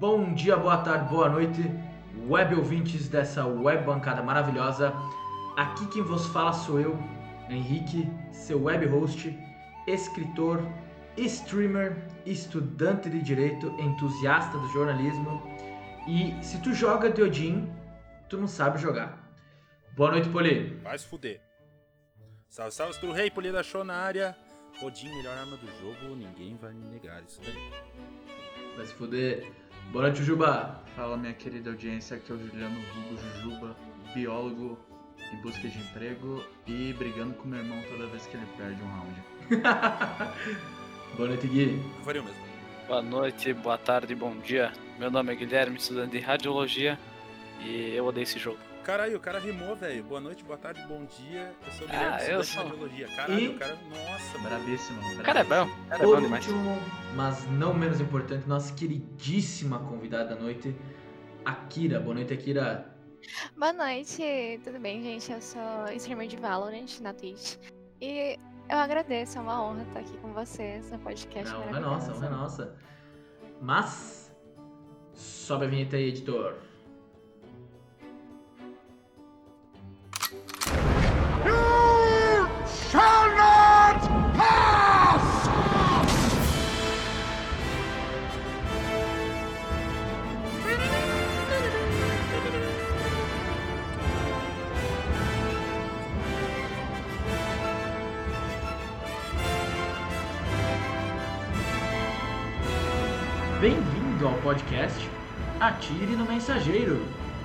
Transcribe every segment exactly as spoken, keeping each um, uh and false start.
Bom dia, boa tarde, boa noite, web ouvintes dessa web bancada maravilhosa. Aqui quem vos fala sou eu, Henrique, seu web host, escritor, streamer, estudante de direito, entusiasta do jornalismo. E se tu joga de Odin, tu não sabe jogar. Boa noite, Poli. Vai se fuder. Salve, salve pro rei, Poli da show na área. Odin, melhor arma do jogo, ninguém vai me negar isso daí. Vai se fuder. Boa noite, Juba. Fala, minha querida audiência, aqui é o Juliano Hugo Jujuba, biólogo em busca de emprego e brigando com meu irmão toda vez que ele perde um round. Boa noite, Gui. Eu faria o mesmo. Boa noite, boa tarde, bom dia. Meu nome é Guilherme, estudante de radiologia e eu odeio esse jogo. Caralho, o cara rimou, velho. Boa noite, boa tarde, bom dia. Eu sou o Ah, Guilherme, eu estudante de sou. radiologia. Caralho, E- o cara... Nossa, mano. Bravíssimo. O cara é bom, o cara é Por bom demais. último, mas não menos importante, nossa queridíssima convidada da noite, Akira. Boa noite, Akira. Boa noite, tudo bem, gente? Eu sou streamer de Valorant na Twitch. E eu agradeço, é uma honra estar aqui com vocês no podcast. A honra é maravilhoso. nossa, a honra é nossa. Mas, sobe a vinheta aí, editor. Bem-vindo ao podcast Atire no Mensageiro.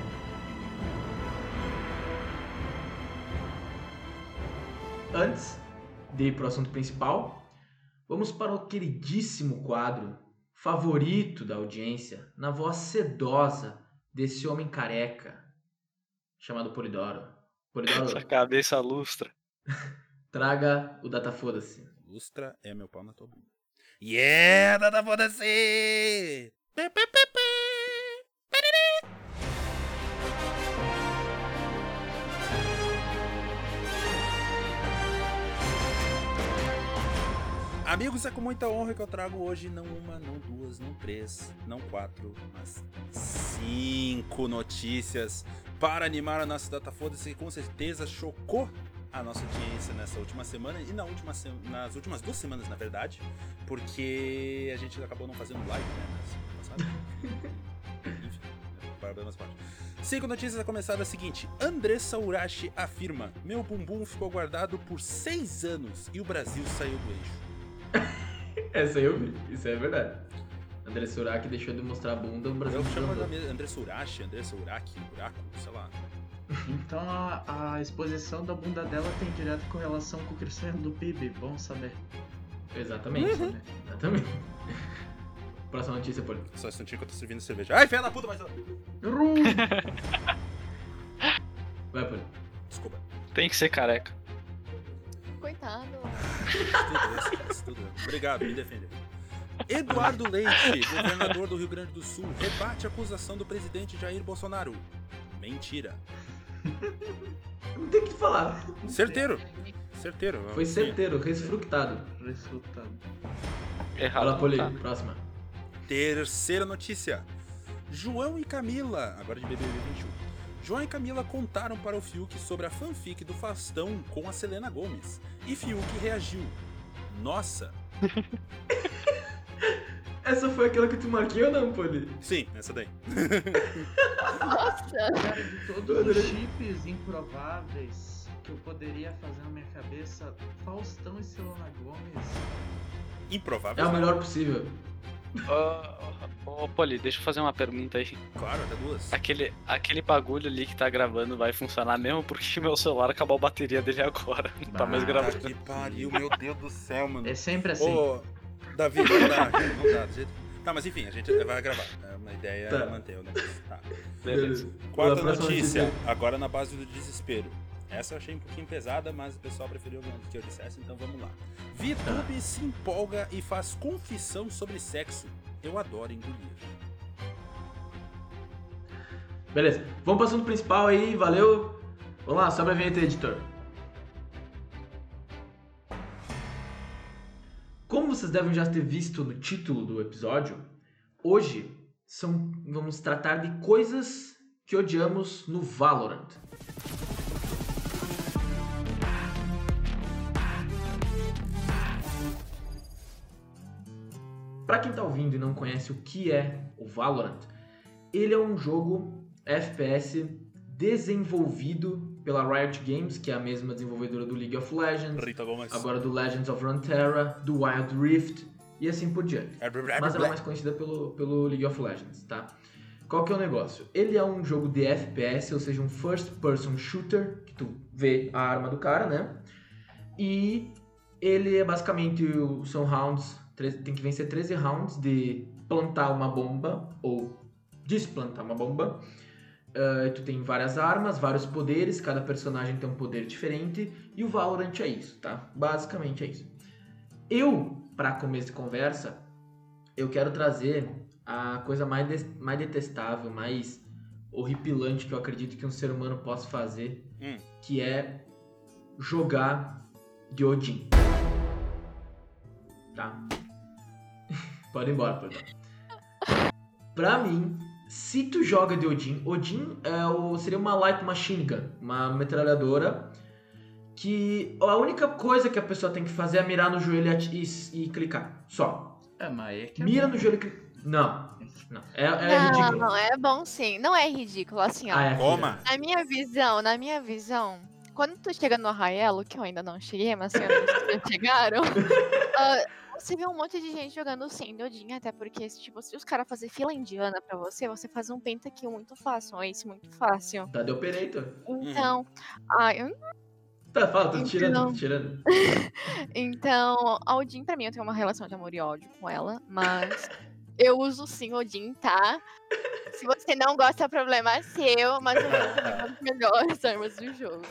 Antes de ir para o assunto principal, vamos para o queridíssimo quadro favorito da audiência, na voz sedosa desse homem careca, chamado Polidoro. Polidoro, Essa cabeça lustra. traga o Data Foda-se. Lustra é meu pau na tua bunda. Yeah, Dada foda-se! Pê, pê, pê, pê. Periri. Amigos, é com muita honra que eu trago hoje não uma, não duas, não três, não quatro, mas cinco notícias para animar a nossa Data Foda-se, que com certeza chocou a nossa audiência nessa última semana e na última se... nas últimas duas semanas, na verdade, porque a gente acabou não fazendo live, né, na semana passada. Enfim, problemas parte. Cinco notícias a começar da seguinte: Andressa Urashi afirma: meu bumbum ficou guardado por seis anos e o Brasil saiu do eixo. Essa aí eu vi, isso é verdade. André Surak deixou de mostrar a bunda, o Brasil Eu chamo mandou. da mesma Andressa Urashi, Andressa Uraki, Buraco, sei lá. Então a, a exposição da bunda dela tem direta correlação com o crescimento do P I B, bom saber. Exatamente, Uhum. né? Exatamente. Próxima notícia, Poli. Só um instantinho que eu tô servindo cerveja. Ai, filha da puta, mas... Vai, Poli. Desculpa. Tem que ser careca. Coitado. Tudo isso, tudo. Obrigado, me defende. Eduardo Leite, governador do Rio Grande do Sul, rebate a acusação do presidente Jair Bolsonaro. Mentira. Não tem o que falar. Certeiro. Certeiro. Foi Sim. certeiro, resfructado. Resultado. Errado. Fala, Poli. Tá. Próxima. Terceira notícia. João e Camila, agora de B B B vinte e um. João e Camila contaram para o Fiuk sobre a fanfic do Faustão com a Selena Gomez. E Fiuk reagiu. Nossa. Essa foi aquela que tu marquei ou não, Poli? Sim, essa daí. Nossa! Cara, de todos os chips improváveis que eu poderia fazer na minha cabeça, Faustão e Selena Gomez. Improvável. É o melhor possível. Ô, ô, Poli, deixa eu fazer uma pergunta aí. Claro, até duas. Aquele, aquele bagulho ali que tá gravando vai funcionar mesmo porque meu celular acabou a bateria dele agora. Não tá mais Ah, gravando. Que pariu, meu Deus do céu, mano. É sempre assim. Ô, Davi, não dá, cara, não dá. do jeito- Tá, mas enfim, a gente vai gravar. É uma ideia Tá. é manter o negócio. Tá. Beleza. Quarta Vamos lá, próxima notícia, agora na base do desespero. Essa eu achei um pouquinho pesada, mas o pessoal preferiu que eu dissesse, então vamos lá. VTube se empolga e faz confissão sobre sexo. Eu adoro engolir. Beleza. Vamos pro assunto principal aí, valeu. Vamos lá, sobe a vinheta, editor. Como vocês devem já ter visto no título do episódio, hoje são, vamos tratar de coisas que odiamos no Valorant. Para quem tá ouvindo e não conhece o que é o Valorant, ele é um jogo F P S desenvolvido pela Riot Games, que é a mesma desenvolvedora do League of Legends, Rita Gomes. agora do Legends of Runeterra, do Wild Rift e assim por diante. Mas ela é mais conhecida pelo, pelo League of Legends, tá? Qual que é o negócio? Ele é um jogo de F P S, ou seja, um first person shooter, que tu vê a arma do cara, né? E ele é basicamente, são rounds, tem que vencer treze rounds de plantar uma bomba, ou desplantar uma bomba. Uh, tu tem várias armas, vários poderes, cada personagem tem um poder diferente, e o Valorant é isso, tá? Basicamente é isso. Eu, para começo de conversa, eu quero trazer a coisa mais, de, mais detestável, mais horripilante que eu acredito que um ser humano possa fazer, Hum. que é jogar de Odin. Tá? Pode ir embora, pode ir embora. Pra mim, se tu joga de Odin, Odin é o, seria uma light machine gun, uma metralhadora, que a única coisa que a pessoa tem que fazer é mirar no joelho e, e, e clicar, só. É, mas aí é que é Mira bom. no joelho e clica. Não, não, é, é não, ridículo. não, é bom sim. Não é ridículo, assim, ó. Ah, é, Toma! Na minha visão, na minha visão, quando tu chega no Arraielo, que eu ainda não cheguei, mas assim, vocês já chegaram, ah, você vê um monte de gente jogando sem Odin, até porque, tipo, se os caras fazerem fila indiana pra você, você faz um pentakill muito fácil, um ace muito fácil. Tá de operator. Então, ah, eu Tá, fala, tô Então- tirando, tô tirando. Então, a Odin, pra mim, eu tenho uma relação de amor e ódio com ela, mas eu uso sim Odin, tá? Se você não gosta, problema é seu, mas eu uso uma das melhores armas do jogo.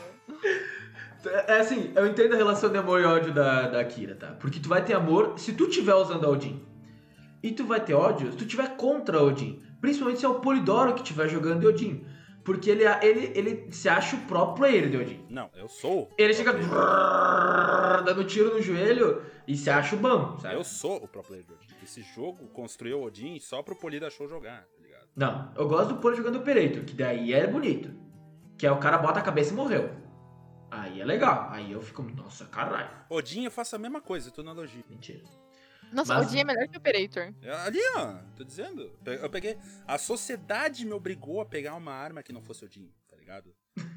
É assim, eu entendo a relação de amor e ódio da, da Kira, tá? Porque tu vai ter amor se tu tiver usando a Odin. E tu vai ter ódio se tu tiver contra a Odin. Principalmente se é o Polidoro que estiver jogando de Odin. Porque ele, ele, ele se acha o pro player de Odin. Não, eu sou. Ele chega dando tiro no joelho e se acha o bom, sabe? Eu sou o pro player de Odin. Esse jogo construiu o Odin só pro Polida Show jogar, tá ligado? Não, eu gosto do Poli jogando Operator, que daí é bonito. Que é o cara bota a cabeça e morreu. Aí é legal. Aí eu fico, nossa, caralho. Odin eu faço a mesma coisa, tô na analogia. Mentira. Nossa, Mas- Odin é melhor que o Operator. Ali, ó, tô dizendo. Eu peguei. A sociedade me obrigou a pegar uma arma que não fosse Odin, tá ligado?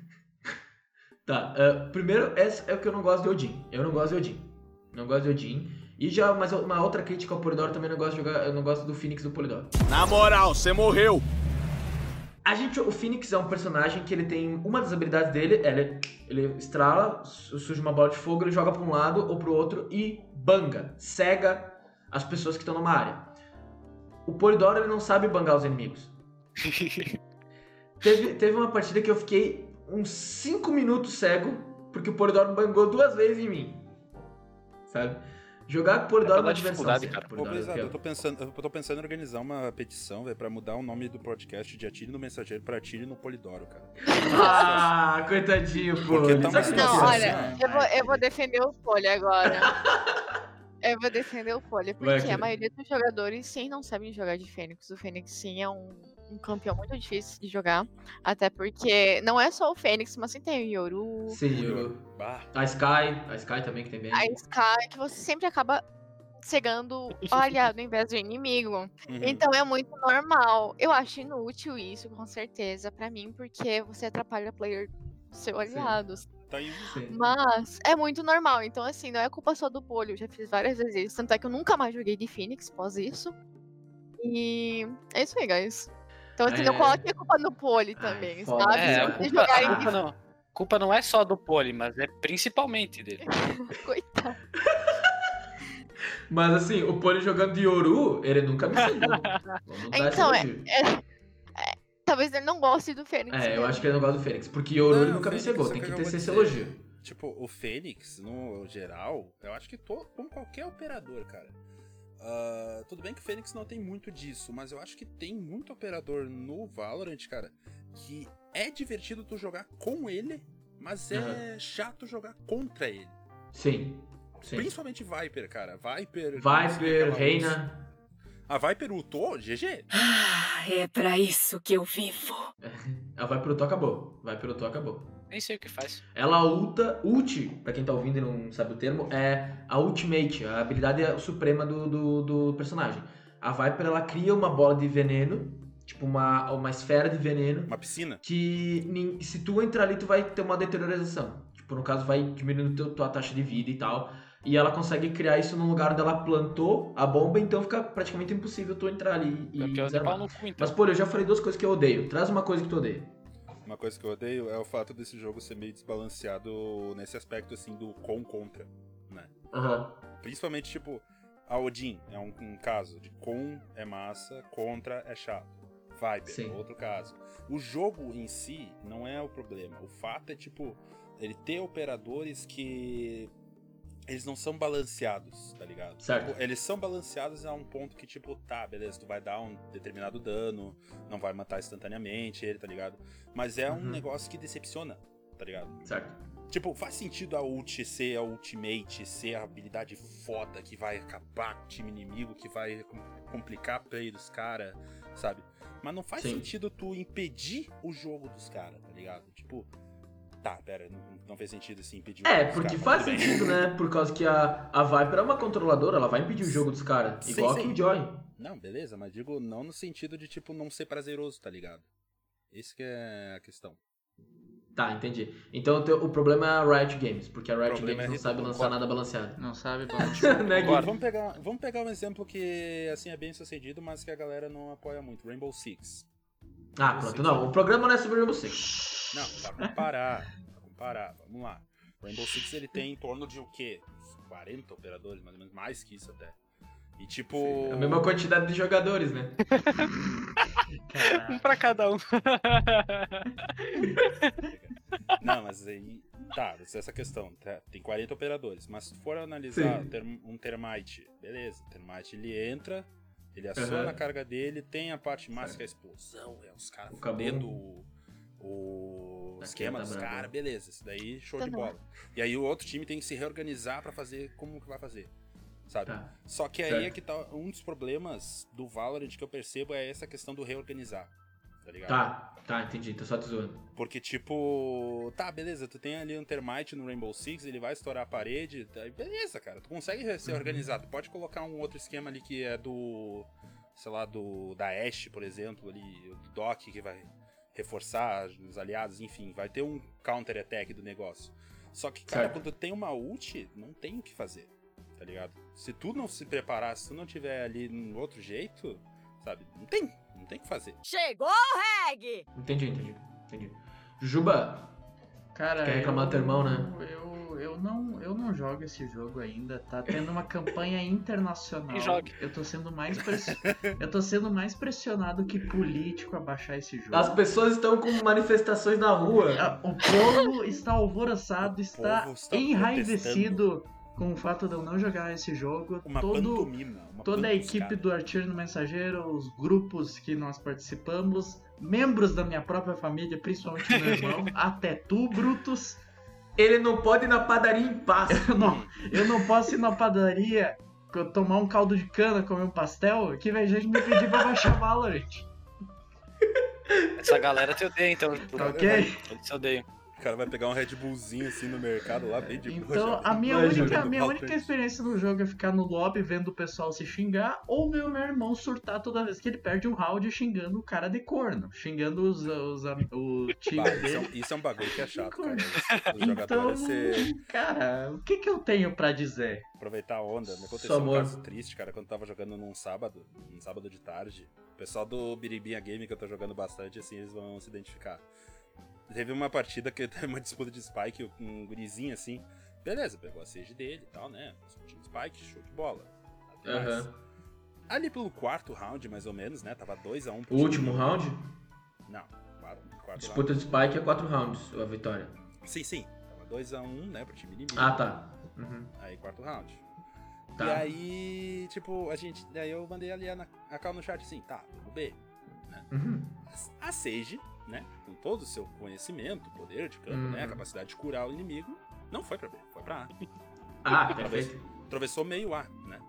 Tá, uh, primeiro, esse é o que eu não gosto de Odin. Eu não gosto de Odin. Não gosto de Odin. E já, mas uma outra crítica ao Polidoro também não gosto de jogar. Eu não gosto do Phoenix do Polidoro. Na moral, você morreu. A gente, o Phoenix é um personagem que ele tem uma das habilidades dele, ele, ele estrala, su- surge uma bola de fogo, ele joga pra um lado ou pro outro e banga, cega as pessoas que estão numa área. O Polidoro ele não sabe bangar os inimigos. Teve, teve uma partida que eu fiquei uns cinco minutos cego porque o Polidoro bangou duas vezes em mim. Sabe? Jogar com o Polidoro é pela uma diversão. dificuldade, sempre. cara. Ô, Polidoro é Brizado, pior. eu tô pensando, eu tô pensando em organizar uma petição, velho, pra mudar o nome do podcast de Atire no Mensageiro pra Atire no Polidoro, cara. Ah, coitadinho, pô. Porque tá uma Sabe que Não, situação olha, assim, eu vou, eu vou defender o Poli agora. Eu vou defender o Poli, Vai, porque Akira. a maioria dos jogadores sim não sabem jogar de Fênix. O Fênix sim é um, um campeão muito difícil de jogar. Até porque não é só o Fênix, mas sim tem o Yoru, Sim, eu... Bah. a Sky, a Sky também que tem bem. a Sky, que você sempre acaba cegando o aliado em vez do inimigo. Uhum. Então é muito normal. Eu acho inútil isso, com certeza, pra mim, porque você atrapalha o player do seu aliado. Tá aí. Sim. Mas é muito normal, então assim, não é culpa só do Poli, eu já fiz várias vezes isso. Tanto é que eu nunca mais joguei de Phoenix após isso. E é isso aí, guys. Então assim, não É. coloque a culpa no Poli Ai, também, foda. sabe? É, Se a vocês culpa, a jogarem culpa não, a culpa não é só do Poli, mas é principalmente dele. de coitado. Mas assim, o Poli jogando de Yoru, ele nunca me cegou. Vamos dar esse Então, é, elogio. é- Talvez ele não goste do Fênix. É, eu mesmo. acho que ele não gosta do Fênix. Porque Yoru Não, ele nunca me Fênix, cegou. só Tem que que eu ter vou esse dizer. elogio. Tipo, o Fênix, no geral, eu acho que tô como qualquer operador, cara. Ah, tudo bem que o Fênix não tem muito disso, mas eu acho que tem muito operador no Valorant, cara, que é divertido tu jogar com ele, mas é Aham. chato jogar contra ele. Sim. Sim. Principalmente Viper, cara. Viper. Viper, aquela Reina. A Viper ultou, G G. Ah, é pra isso que eu vivo. A Viper ultou, acabou. Viper ultou, acabou. Nem sei o que faz. Ela ulta, ult, pra quem tá ouvindo e não sabe o termo, é a ultimate, a habilidade suprema do, do, do personagem. A Viper, ela cria uma bola de veneno, tipo uma, uma esfera de veneno, Uma piscina. que nin- se tu entrar ali, tu vai ter uma deteriorização. Tipo, no caso, vai diminuindo teu, tua taxa de vida e tal. E ela consegue criar isso num lugar onde ela plantou a bomba, então fica praticamente impossível tu entrar ali e É pior de desarmar. pau no cu, então. Mas, pô, eu já falei duas coisas que eu odeio. Traz uma coisa que tu odeia. Uma coisa que eu odeio é o fato desse jogo ser meio desbalanceado nesse aspecto, assim, do com contra, né? Aham. Principalmente, tipo, a Odin é um, um caso de com é massa, contra é chato. Viper Sim. é outro caso. O jogo em si não é o problema. O fato é, tipo, ele ter operadores que... eles não são balanceados, tá ligado? Certo. Tipo, eles são balanceados a um ponto que, tipo, tá, beleza, tu vai dar um determinado dano, não vai matar instantaneamente ele, tá ligado? Mas é um Uhum. negócio que decepciona, tá ligado? Certo. Tipo, faz sentido a ult ser a ultimate, ser a habilidade foda que vai acabar com o time inimigo, que vai com- complicar a play dos caras, sabe? Mas não faz Sim. sentido tu impedir o jogo dos caras, tá ligado? Tipo, tá, pera, não, não fez sentido assim impedir o É, jogo dos porque caras, faz mas tudo bem. sentido, né? Por causa que a, a Viper é uma controladora, ela vai impedir o jogo dos caras. Sim, Igual sim. que o Joy. Não, beleza, mas digo não no sentido de, tipo, não ser prazeroso, tá ligado? Esse que é a questão. Tá, entendi. Então o, teu- o problema é a Riot Games, porque a Riot problema Games é não Rito, sabe lançar concordo. nada balanceado. Não sabe, Né, Gui? Agora, vamos pegar, vamos pegar um exemplo que, assim, é bem sucedido, mas que a galera não apoia muito. Rainbow Six. Ah, pronto. Não, o programa não é sobre Rainbow Six. Não, pra comparar, pra comparar, vamos lá. Rainbow Six, ele tem em torno de o quê? Uns quarenta operadores, mais ou menos, mais que isso até. E tipo... É a mesma quantidade de jogadores, né? Um pra cada um. Não, mas aí... Tá, essa questão. Tá, tem quarenta operadores, mas se tu for analisar Sim. term- um Termite, beleza, o Termite ele entra, ele aciona Aham. a carga dele, tem a parte mais que é a explosão, é os caras O Kabum. fudendo o, o Aqui esquema tá dos brabo. caras, beleza, isso daí show Tá de bom. bola. E aí o outro time tem que se reorganizar pra fazer como que vai fazer, sabe? Tá. Só que aí Certo. é que tá um dos problemas do Valorant que eu percebo é essa questão do reorganizar, tá ligado? Tá, tá, entendi. Tô só te zoando. Porque, tipo, tá, beleza, tu tem ali um Termite no Rainbow Six, ele vai estourar a parede, tá, beleza, cara, tu consegue re- se Uhum. organizar, tu pode colocar um outro esquema ali que é do, sei lá, do da Ashe, por exemplo, ali, do Doc, que vai reforçar os aliados, enfim, vai ter um counter-attack do negócio. Só que, cara, Certo. quando tu tem uma ult, não tem o que fazer, tá ligado? Se tu não se preparar, se tu não tiver ali num outro jeito, sabe, não tem, não tem o que fazer. Chegou, Reg! Entendi, entendi. Entendi. Juba, Cara, Quer reclamar eu, do teu irmão, né? Eu, eu, não, eu não jogo esse jogo ainda. Tá tendo uma campanha internacional. E jogue. Eu tô sendo mais press... eu tô sendo mais pressionado que político a baixar esse jogo. as pessoas estão com manifestações na rua. Ah, O povo está alvoroçado, O está, povo está enraivecido com o fato de eu não jogar esse jogo. Uma Todo, pantomima. Uma toda a pan- equipe cara. do Artilheiro no Mensageiro, os grupos que nós participamos, membros da minha própria família, principalmente meu irmão, até tu, Brutus. Ele não pode ir na padaria em paz. Eu não, eu não posso ir na padaria tomar um caldo de cana, comer um pastel, que vai gente me pedir pra baixar Valorant. Essa galera te odeia, então. Tá ok? Eles te odeiam. O cara vai pegar um Red Bullzinho assim no mercado lá, bem de boa, Então, já. a minha, Vai única, a jogando minha Valorant. única experiência no jogo é ficar no lobby vendo o pessoal se xingar, ou ver o meu irmão surtar toda vez que ele perde um round xingando o cara de corno, xingando os, os, o time Bah, isso, é dele. um, isso é um bagulho que é chato, cara. O Então, jogador é ser, cara, o que que eu tenho pra dizer? aproveitar a onda. Me aconteceu Só um amor. caso triste, cara, quando eu tava jogando num sábado, num sábado de tarde. O pessoal do Biribinha Game, que eu tô jogando bastante, assim, eles vão se identificar. Teve uma partida que teve uma disputa de Spike, um gurizinho assim. Beleza, pegou a Sage dele e tal, né? Tinha Spike, show de bola. Até mais. Aham. Ali pelo quarto round, mais ou menos, né? Tava dois a um pro O time último do- round? Não, quarto, quarto Disputa de Spike é quatro rounds, a vitória. round. Sim, sim. Tava dois a um, né, pro time inimigo. Ah, tá. Uhum. Aí, quarto round. Tá. E aí, tipo, a gente. Daí eu mandei ali a, a cal no chat assim, tá, vamos B. Uhum. A Sage, né, com todo o seu conhecimento, poder de campo, Uhum. né, a capacidade de curar o inimigo, não foi pra B, foi pra A. Ah, Atravessou- perfeito. Atravessou meio A, né.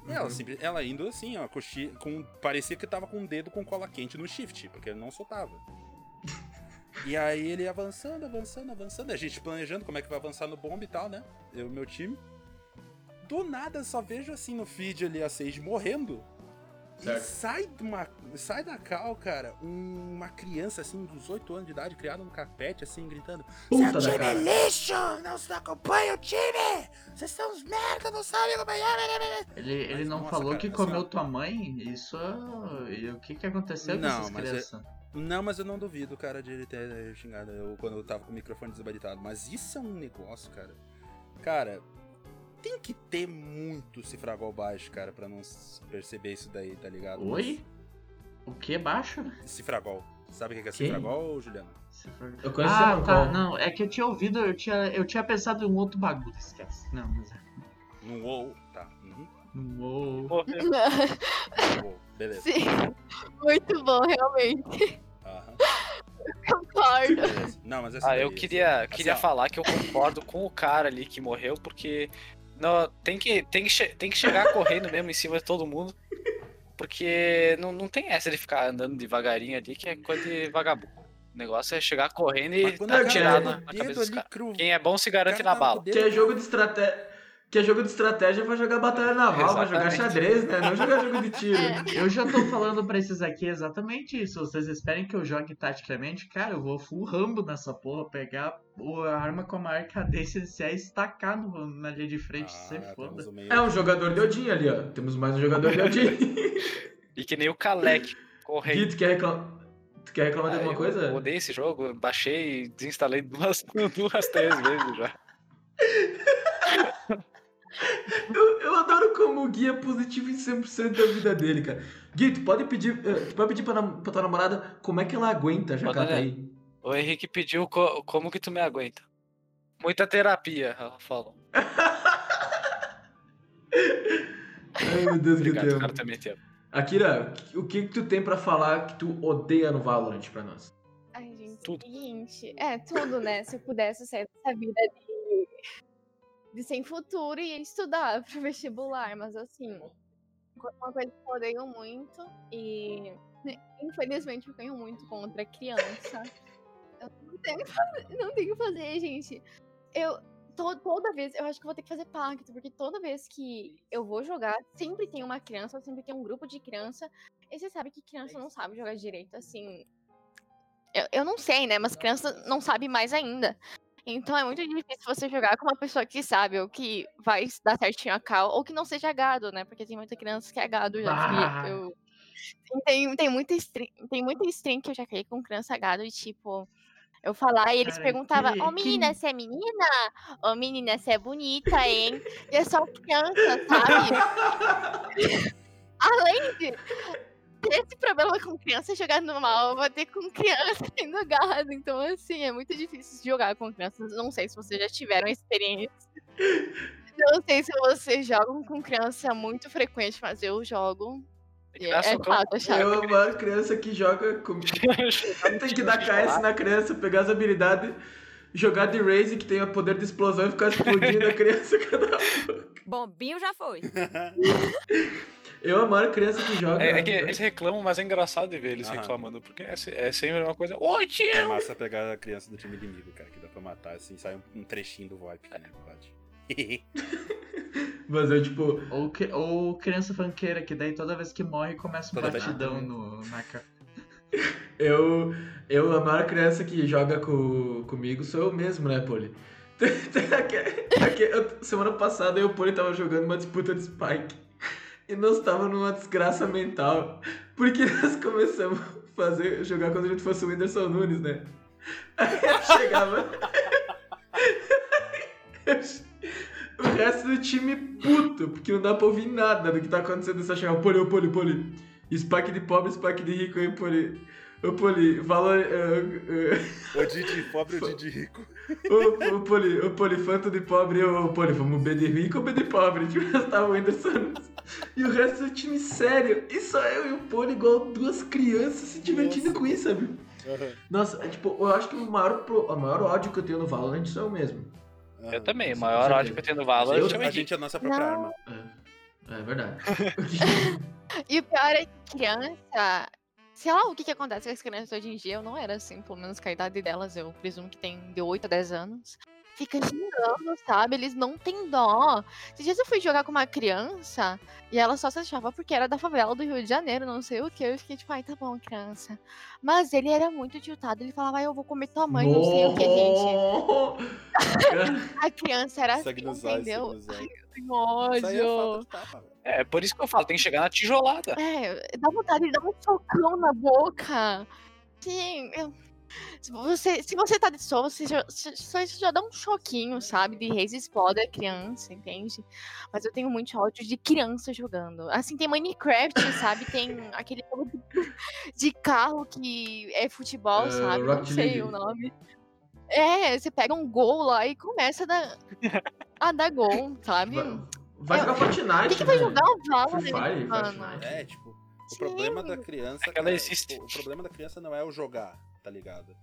Ela, simples, ela indo assim, ó, coxi, com, parecia que tava com um dedo com cola quente no shift, porque ele não soltava. E aí ele avançando, avançando, avançando, a gente planejando como é que vai avançar no bomba e tal, né? Eu e meu time. Do nada, só vejo assim no feed ali a Sage morrendo. Certo. E sai, de uma, sai da cal, cara, um- uma criança assim, dos oito anos de idade, criada no carpete, assim, gritando: Puta "Seu da time cara. é lixo! Não se acompanha o time! Vocês são uns merda, não sabem acompanhar!" Ele, ele Mas, não nossa, falou cara, que assim, comeu ó. tua mãe? Isso. E o que que aconteceu com Não, essas mas é- crianças? Não, mas eu não duvido, cara, de ele ter xingado eu quando eu tava com o microfone desabilitado. Mas isso é um negócio, cara. Cara, tem que ter muito cifragol baixo, cara, pra não s- perceber isso daí, tá ligado? Oi? O que baixo? Cifragol. Sabe o que é Que? cifragol, Juliano? Eu conheço Ah, o tá, Semancol. não, é que eu tinha ouvido, eu tinha, eu tinha pensado em um outro bagulho, esquece. Não, mas é. No WoW, tá. Uhum. Uou. Morreu. No WoW, beleza. Sim, muito bom, realmente. Aham, Concordo. beleza. Não, mas essa Ah, daí, eu essa queria, daí. queria Assim, ó, falar que eu concordo com o cara ali que morreu, porque não, tem, que, tem, que che- tem que chegar correndo mesmo em cima de todo mundo. Porque não, não tem essa de ficar andando devagarinho ali, que é coisa de vagabundo. O negócio é chegar correndo e Mas quando o cara atirar tava na, com o na dedo cabeça dos ali caras. cru- Quem é bom se o garante cara na tava com o bala. dedo- Que é jogo de estratégia. Que é jogo de estratégia pra jogar batalha naval, pra jogar Exatamente. xadrez, né? Não jogar jogo de tiro. Eu já tô falando pra esses aqui exatamente isso. Vocês esperem que eu jogue taticamente? Cara, eu vou full Rambo nessa porra, pegar o- a arma com a maior cadência e se estacar no- na linha de frente, se Ah, foda. temos o meio- É um jogador de Odin ali, ó. Temos mais um jogador de Odin. E que nem o Kalec correndo. Gui, tu quer reclamar? Tu quer reclamar de Ah, alguma eu coisa? odeio esse jogo, baixei e desinstalei duas, duas três vezes já. Eu, eu adoro como o Gui é positivo em cem por cento da vida dele, cara. Gui, tu pode pedir, eh, tu pode pedir pra, nam- pra tua namorada como é que ela aguenta já que ela tá Pode, aí. O Henrique pediu co- como que tu me aguenta. Muita terapia, ela falou. Ai, meu Deus, que Obrigado, tempo. cara, também te amo. Akira, o que que tu tem pra falar que tu odeia no Valorant pra nós? Ai, gente, Tudo. seguinte. É, tudo, né? Se eu pudesse sair dessa vida de, de sem futuro e estudar pro vestibular, mas assim, uma coisa que eu odeio muito e né, infelizmente eu tenho muito contra criança. Eu não tenho o que fazer, não tenho o que fazer, gente. Eu to- toda vez, eu acho que eu vou ter que fazer pacto, porque toda vez que eu vou jogar, sempre tem uma criança, sempre tem um grupo de criança. E você sabe que criança não sabe jogar direito, assim. Eu, eu não sei, né? Mas criança não sabe mais ainda. Então é muito difícil você jogar com uma pessoa que sabe, ou que vai dar certinho a cal, ou que não seja gado, né? Porque tem muita criança que é gado já. Bah. Que eu... tem, tem, muita stream, tem muita stream que eu já caí com criança gado e, tipo, eu falar e eles Cara, perguntavam: que- Ô menina, que- você é menina? Ô menina, você é bonita, hein? E é só criança, sabe? Além de ter esse problema com criança jogar normal, eu vou ter com criança sendo gado. Então, assim, é muito difícil de jogar com crianças. Não sei se vocês já tiveram experiência. Não sei se vocês jogam com criança muito frequente, mas eu jogo. Tem E que É, dar é socão. chato, é chato. Eu amo a criança que joga comigo. Tem que dar K S na criança, pegar as habilidades, jogar de Raze que tem o poder de explosão e ficar explodindo a criança cada um. Bombinho já foi. Eu amo a criança que joga. É, é que eles reclamam, mas é engraçado de ver eles Aham. reclamando, porque é, se- é sempre uma coisa. Oi, É tio! massa pegar a criança do time inimigo, cara, que dá pra matar, assim, sai um, um trechinho do VoIP, né, pode. Mas eu, tipo, Ou, cri- ou criança fanqueira, que daí toda vez que morre começa um Toda vez- batidão no, na cara. eu, eu, a maior criança que joga com, comigo sou eu mesmo, né, Poli? Aque- aque- eu- Semana passada eu e o Poli tava jogando uma disputa de Spike. E nós tava numa desgraça mental. Porque nós começamos a fazer, jogar quando a gente fosse o Whindersson Nunes, né? Aí eu chegava. O resto do time puto, porque não dá pra ouvir nada do que tá acontecendo. Só chegar, Poli, ô Poli, Poli. Spike de pobre, Spike de rico, hein, Poli. Ô Poli, valor. Uh, uh, O Didi pobre, o Didi rico. Ô, ô Poli, ô Poli, fanto de pobre, ô Poli, vamos B de rico ou B de pobre? Tipo, nós tava o Whindersson e o resto do time sério. E só eu e o Poli igual duas crianças se divertindo Nossa. com isso, sabe? Nossa, é, tipo, eu acho que o maior, pro- o maior ódio que eu tenho no Valorant sou eu mesmo. Eu também, o com maior certeza. ódio que eu tenho no Valorant Eu- é o A Henrique. gente é a nossa própria Não. arma. É. É verdade. E o pior é que criança. Sei lá o que, que acontece com as crianças hoje em dia. Eu não era assim, pelo menos com a idade delas. Eu presumo que tem de oito a dez anos. Fica xingando, sabe? Eles não têm dó. Esses dias eu fui jogar com uma criança e ela só se achava porque era da favela do Rio de Janeiro, não sei o que. Eu fiquei tipo, ai, tá bom, criança. Mas ele era muito tiltado. Ele falava, ai, eu vou comer tua mãe, não sei o que, gente. A criança era assim, Sangue nos olhos, entendeu? sangue nos olhos. Que Isso aí é falta ódio. de tapa, velho. É, por isso que eu falo, tem que chegar na tijolada. É, dá vontade de dar um socão na boca. Sim, eu... Se você, se você tá de sono, você já, você já dá um choquinho, sabe? De reis explode a criança, entende? Mas eu tenho muito ódio de criança jogando. Assim, tem Minecraft, sabe? Tem aquele jogo de, de carro que é futebol, Uh, sabe? Não Rocket sei League. o nome. É, você pega um gol lá e começa a dar, a dar gol, sabe? Vai, vai É, jogar Fortnite, Quem que vai né? jogar o Free Valorant, Fire, mano? Fortnite. É, tipo, o Sim. problema da criança. Aquela cara, existe. o, o problema da criança não é o jogar, tá ligado?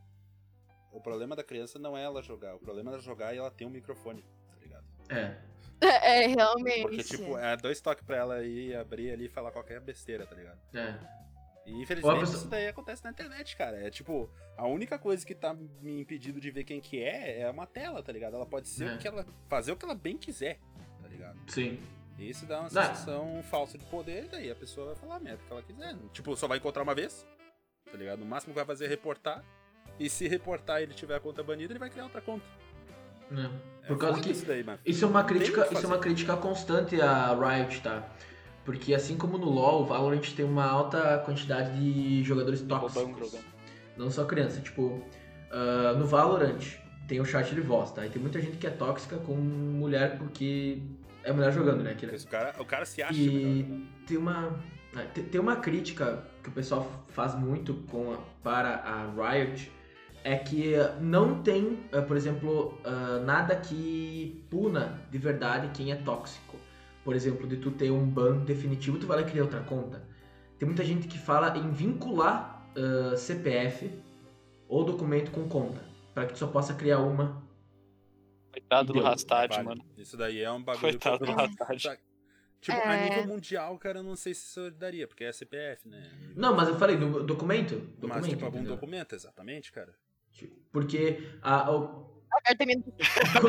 O problema da criança não é ela jogar. O problema é jogar e ela ter um microfone, tá ligado? É. É, realmente. Porque, tipo, é dois toques pra ela ir abrir ali e falar qualquer besteira, tá ligado? É. E Ou a infelizmente pessoa- isso daí acontece na internet, cara. É tipo, a única coisa que tá me impedindo de ver quem que é é uma tela, tá ligado? Ela pode ser É. o que ela. Fazer o que ela bem quiser, tá ligado? Sim. E isso dá uma Não. sensação falsa de poder, e daí a pessoa vai falar a merda que ela quiser. Tipo, só vai encontrar uma vez, tá ligado? No máximo que vai fazer é reportar. E se reportar e ele tiver a conta banida, ele vai criar outra conta. Né? É Por causa foda que isso daí, mano. isso é uma Não tem o crítica, que isso é uma fazer. crítica constante a Riot, tá? Porque assim como no LoL, o Valorant tem uma alta quantidade de jogadores Bobão tóxicos. jogando. Não só criança, tipo, ah, no Valorant tem o chat de voz, tá? E tem muita gente que é tóxica com mulher porque é mulher jogando, né? Que- Porque o cara, o cara se acha E melhor. tem uma, né, tem- tem uma crítica que o pessoal faz muito com a- para a Riot, é que não tem, eh, por exemplo, ah, nada que puna de verdade quem é tóxico. Por exemplo, de tu ter um ban definitivo, tu vai lá criar outra conta. Tem muita gente que fala em vincular ah, C P F ou documento com conta, para que tu só possa criar uma. Coitado do Deu. Rastad, Vale. mano. Isso daí é um bagulho Coitado do que eu- Rastad. Tá- Tipo, a É. nível mundial, cara, eu não sei se isso daria, porque é C P F, né? Não, mas eu falei, do documento? Documento, Mas, tipo, algum entendeu? documento, exatamente, cara. Tipo, porque a, o, A carteirinha do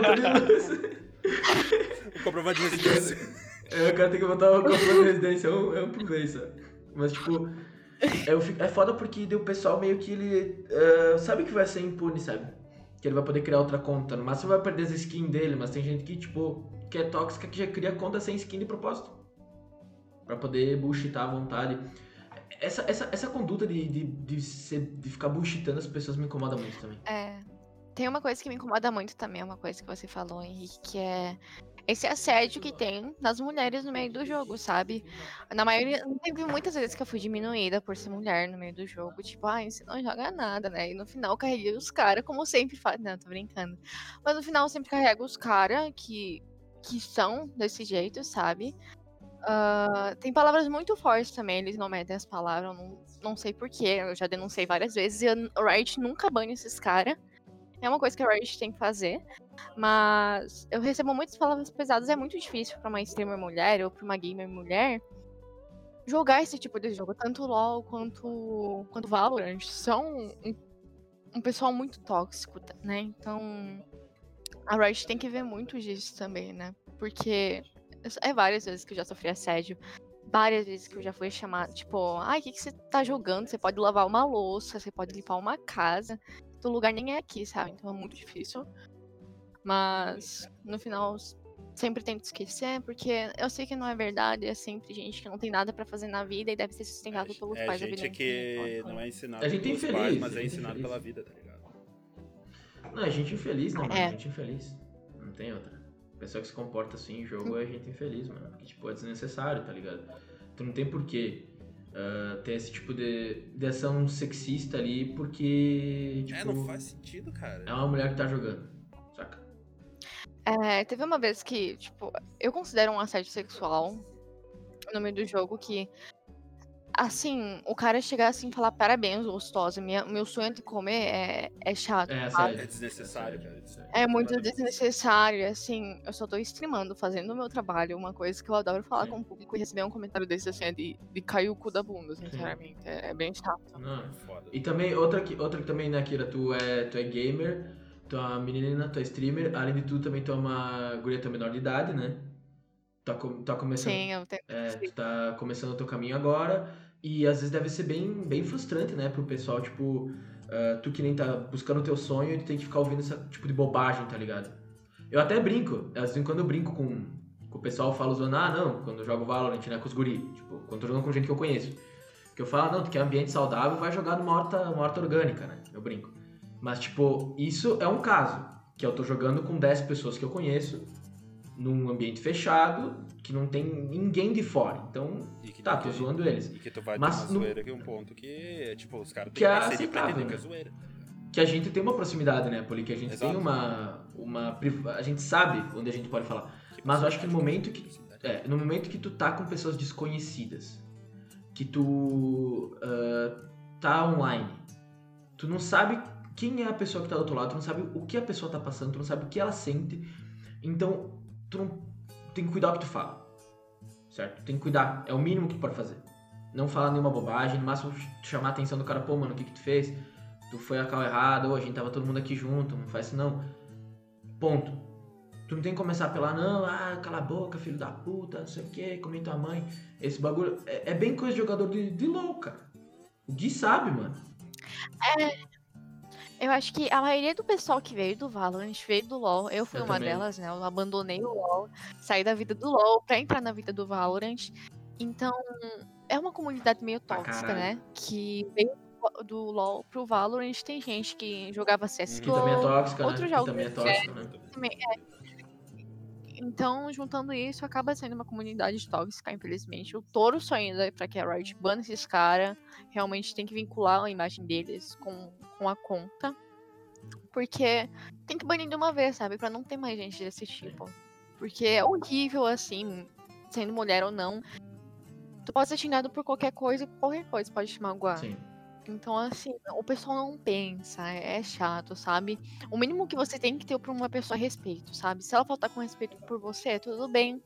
O comprovante de residência. É, o cara tem que botar o comprovante de residência, é um, é um por vez, só. Mas, tipo, é, eu fico- é foda porque daí o pessoal meio que ele é, sabe que vai ser impune, sabe? Que ele vai poder criar outra conta. No máximo vai perder as skins dele, mas tem gente que, tipo, que é tóxica que já cria conta sem skin de propósito. Pra poder bullshitar à vontade. Essa, essa, essa conduta de, de, de, ser, de ficar bullshitando as pessoas me incomoda muito também. É. Tem uma coisa que me incomoda muito também, uma coisa que você falou, Henrique, que é esse assédio que tem das mulheres no meio do jogo, sabe? Na maioria, teve muitas vezes que eu fui diminuída por ser mulher no meio do jogo, tipo, ai, você não joga nada, né? E no final eu carreguei os caras, como sempre faço. Não, tô brincando. Mas no final eu sempre carrego os caras que, que são desse jeito, sabe? Ah, tem palavras muito fortes também, eles não metem as palavras, eu não, não sei porquê, eu já denunciei várias vezes e a Riot nunca banha esses caras. É uma coisa que a Riot tem que fazer, mas eu recebo muitas palavras pesadas, é muito difícil pra uma streamer mulher ou pra uma gamer mulher jogar esse tipo de jogo, tanto LoL quanto, quanto Valorant, são um, um pessoal muito tóxico, né? Então a Riot tem que ver muito disso também, né? Porque é várias vezes que eu já sofri assédio, várias vezes que eu já fui chamada, tipo, ai, o que, que você tá jogando? Você pode lavar uma louça, você pode limpar uma casa, teu lugar nem é aqui, sabe? Então é muito difícil. Mas no final sempre tento esquecer, porque eu sei que não é verdade, é sempre gente que não tem nada pra fazer na vida e deve ser sustentado pelos É pais a gente vida que inteira. não é ensinado A gente pelos infeliz, pais, mas a é gente ensinado infeliz. pela vida, tá ligado? Não, é gente infeliz, né, mano? É. É gente infeliz. Não tem outra. Pessoa que se comporta assim em jogo é gente infeliz, mano. Porque, tipo, é desnecessário, tá ligado? Tu não tem porquê uh, ter esse tipo de, de ação sexista ali, porque, tipo... É, não faz sentido, cara. É uma mulher que tá jogando, saca? É, teve uma vez que, tipo, eu considero um assédio sexual no meio do jogo que assim, o cara chegar assim e falar parabéns, gostosa. Minha, meu sonho de comer é, é chato, É, sabe? sério. É desnecessário, cara. É muito Completamente desnecessário, assim, eu só tô streamando, fazendo o meu trabalho, uma coisa que eu adoro falar Sim. com o público e receber um comentário desse assim, é de, de cair o cu da bunda, sinceramente. É, é bem chato. Não. foda. E também, outra que, outra que também, né, Kira, tu é, tu é gamer, tu é uma menina, tu é streamer, além de tudo também tu é uma guria tua menor de idade, né? Tá, com- tá começando, Sim, eu tenho. é, tu tá começando o teu caminho agora, e às vezes deve ser bem, bem frustrante, né, pro pessoal, tipo, ah, tu que nem tá buscando o teu sonho e tu tem que ficar ouvindo esse tipo de bobagem, tá ligado? Eu até brinco, às vezes quando eu brinco com, com o pessoal, eu falo zoando, ah, não, quando eu jogo Valorant, né, com os guri, tipo, quando eu tô jogando com gente que eu conheço. Que eu falo, não, tu quer ambiente saudável, vai jogar numa horta, uma horta orgânica, né? Eu brinco. Mas, tipo, isso é um caso. Que eu tô jogando com dez pessoas que eu conheço, num ambiente fechado, que não tem ninguém de fora. Então, E que, tá, que- tô zoando eles. E que tu vai Mas ter uma no- zoeira que é um ponto que, tipo, os caras Que têm é parceria pra aceitável, entender que é né? zoeira. Que a gente tem uma proximidade, né, Poli? Que a gente Exato. tem uma, uma... priv- A gente sabe onde a gente pode falar. Mas eu acho que no momento que... É, no momento que tu tá com pessoas desconhecidas, que tu ah, tá online, tu não sabe quem é a pessoa que tá do outro lado, tu não sabe o que a pessoa tá passando, tu não sabe o que ela sente, então tu não tem que cuidar o que tu fala, certo? Tem que cuidar, é o mínimo que tu pode fazer. Não falar nenhuma bobagem, no máximo chamar a atenção do cara, pô, mano, o que que tu fez? Tu foi a cal errada, ou a gente tava todo mundo aqui junto, não faz isso não. Ponto. Tu não tem que começar a apelar, não, ah, cala a boca, filho da puta, não sei o que, come tua mãe. Esse bagulho é, é bem coisa de jogador de, de LOL, cara. O Gui sabe, mano. Eu acho que a maioria do pessoal que veio do Valorant veio do LoL. Eu fui Eu uma também. delas, né? Eu abandonei o LoL, saí da vida do LoL pra entrar na vida do Valorant. Então, é uma comunidade meio Pra tóxica, caralho. né? Que veio do LoL pro Valorant. Tem gente que jogava C S G O. Que também é tóxica, né? outros Que jogos também é tóxica, né? também é. Então, juntando isso, acaba sendo uma comunidade tóxica, infelizmente. Eu torço ainda pra que a Riot bane esses caras. Realmente tem que vincular a imagem deles com, com a conta. Porque tem que banir de uma vez, sabe? Pra não ter mais gente desse tipo. Porque é horrível, assim, sendo mulher ou não. Tu pode ser xingado por qualquer coisa e qualquer coisa pode te magoar. Sim. Então, assim, o pessoal não pensa, é chato, sabe? O mínimo que você tem que ter pra uma pessoa é respeito, sabe? Se ela faltar com respeito por você, tudo bem.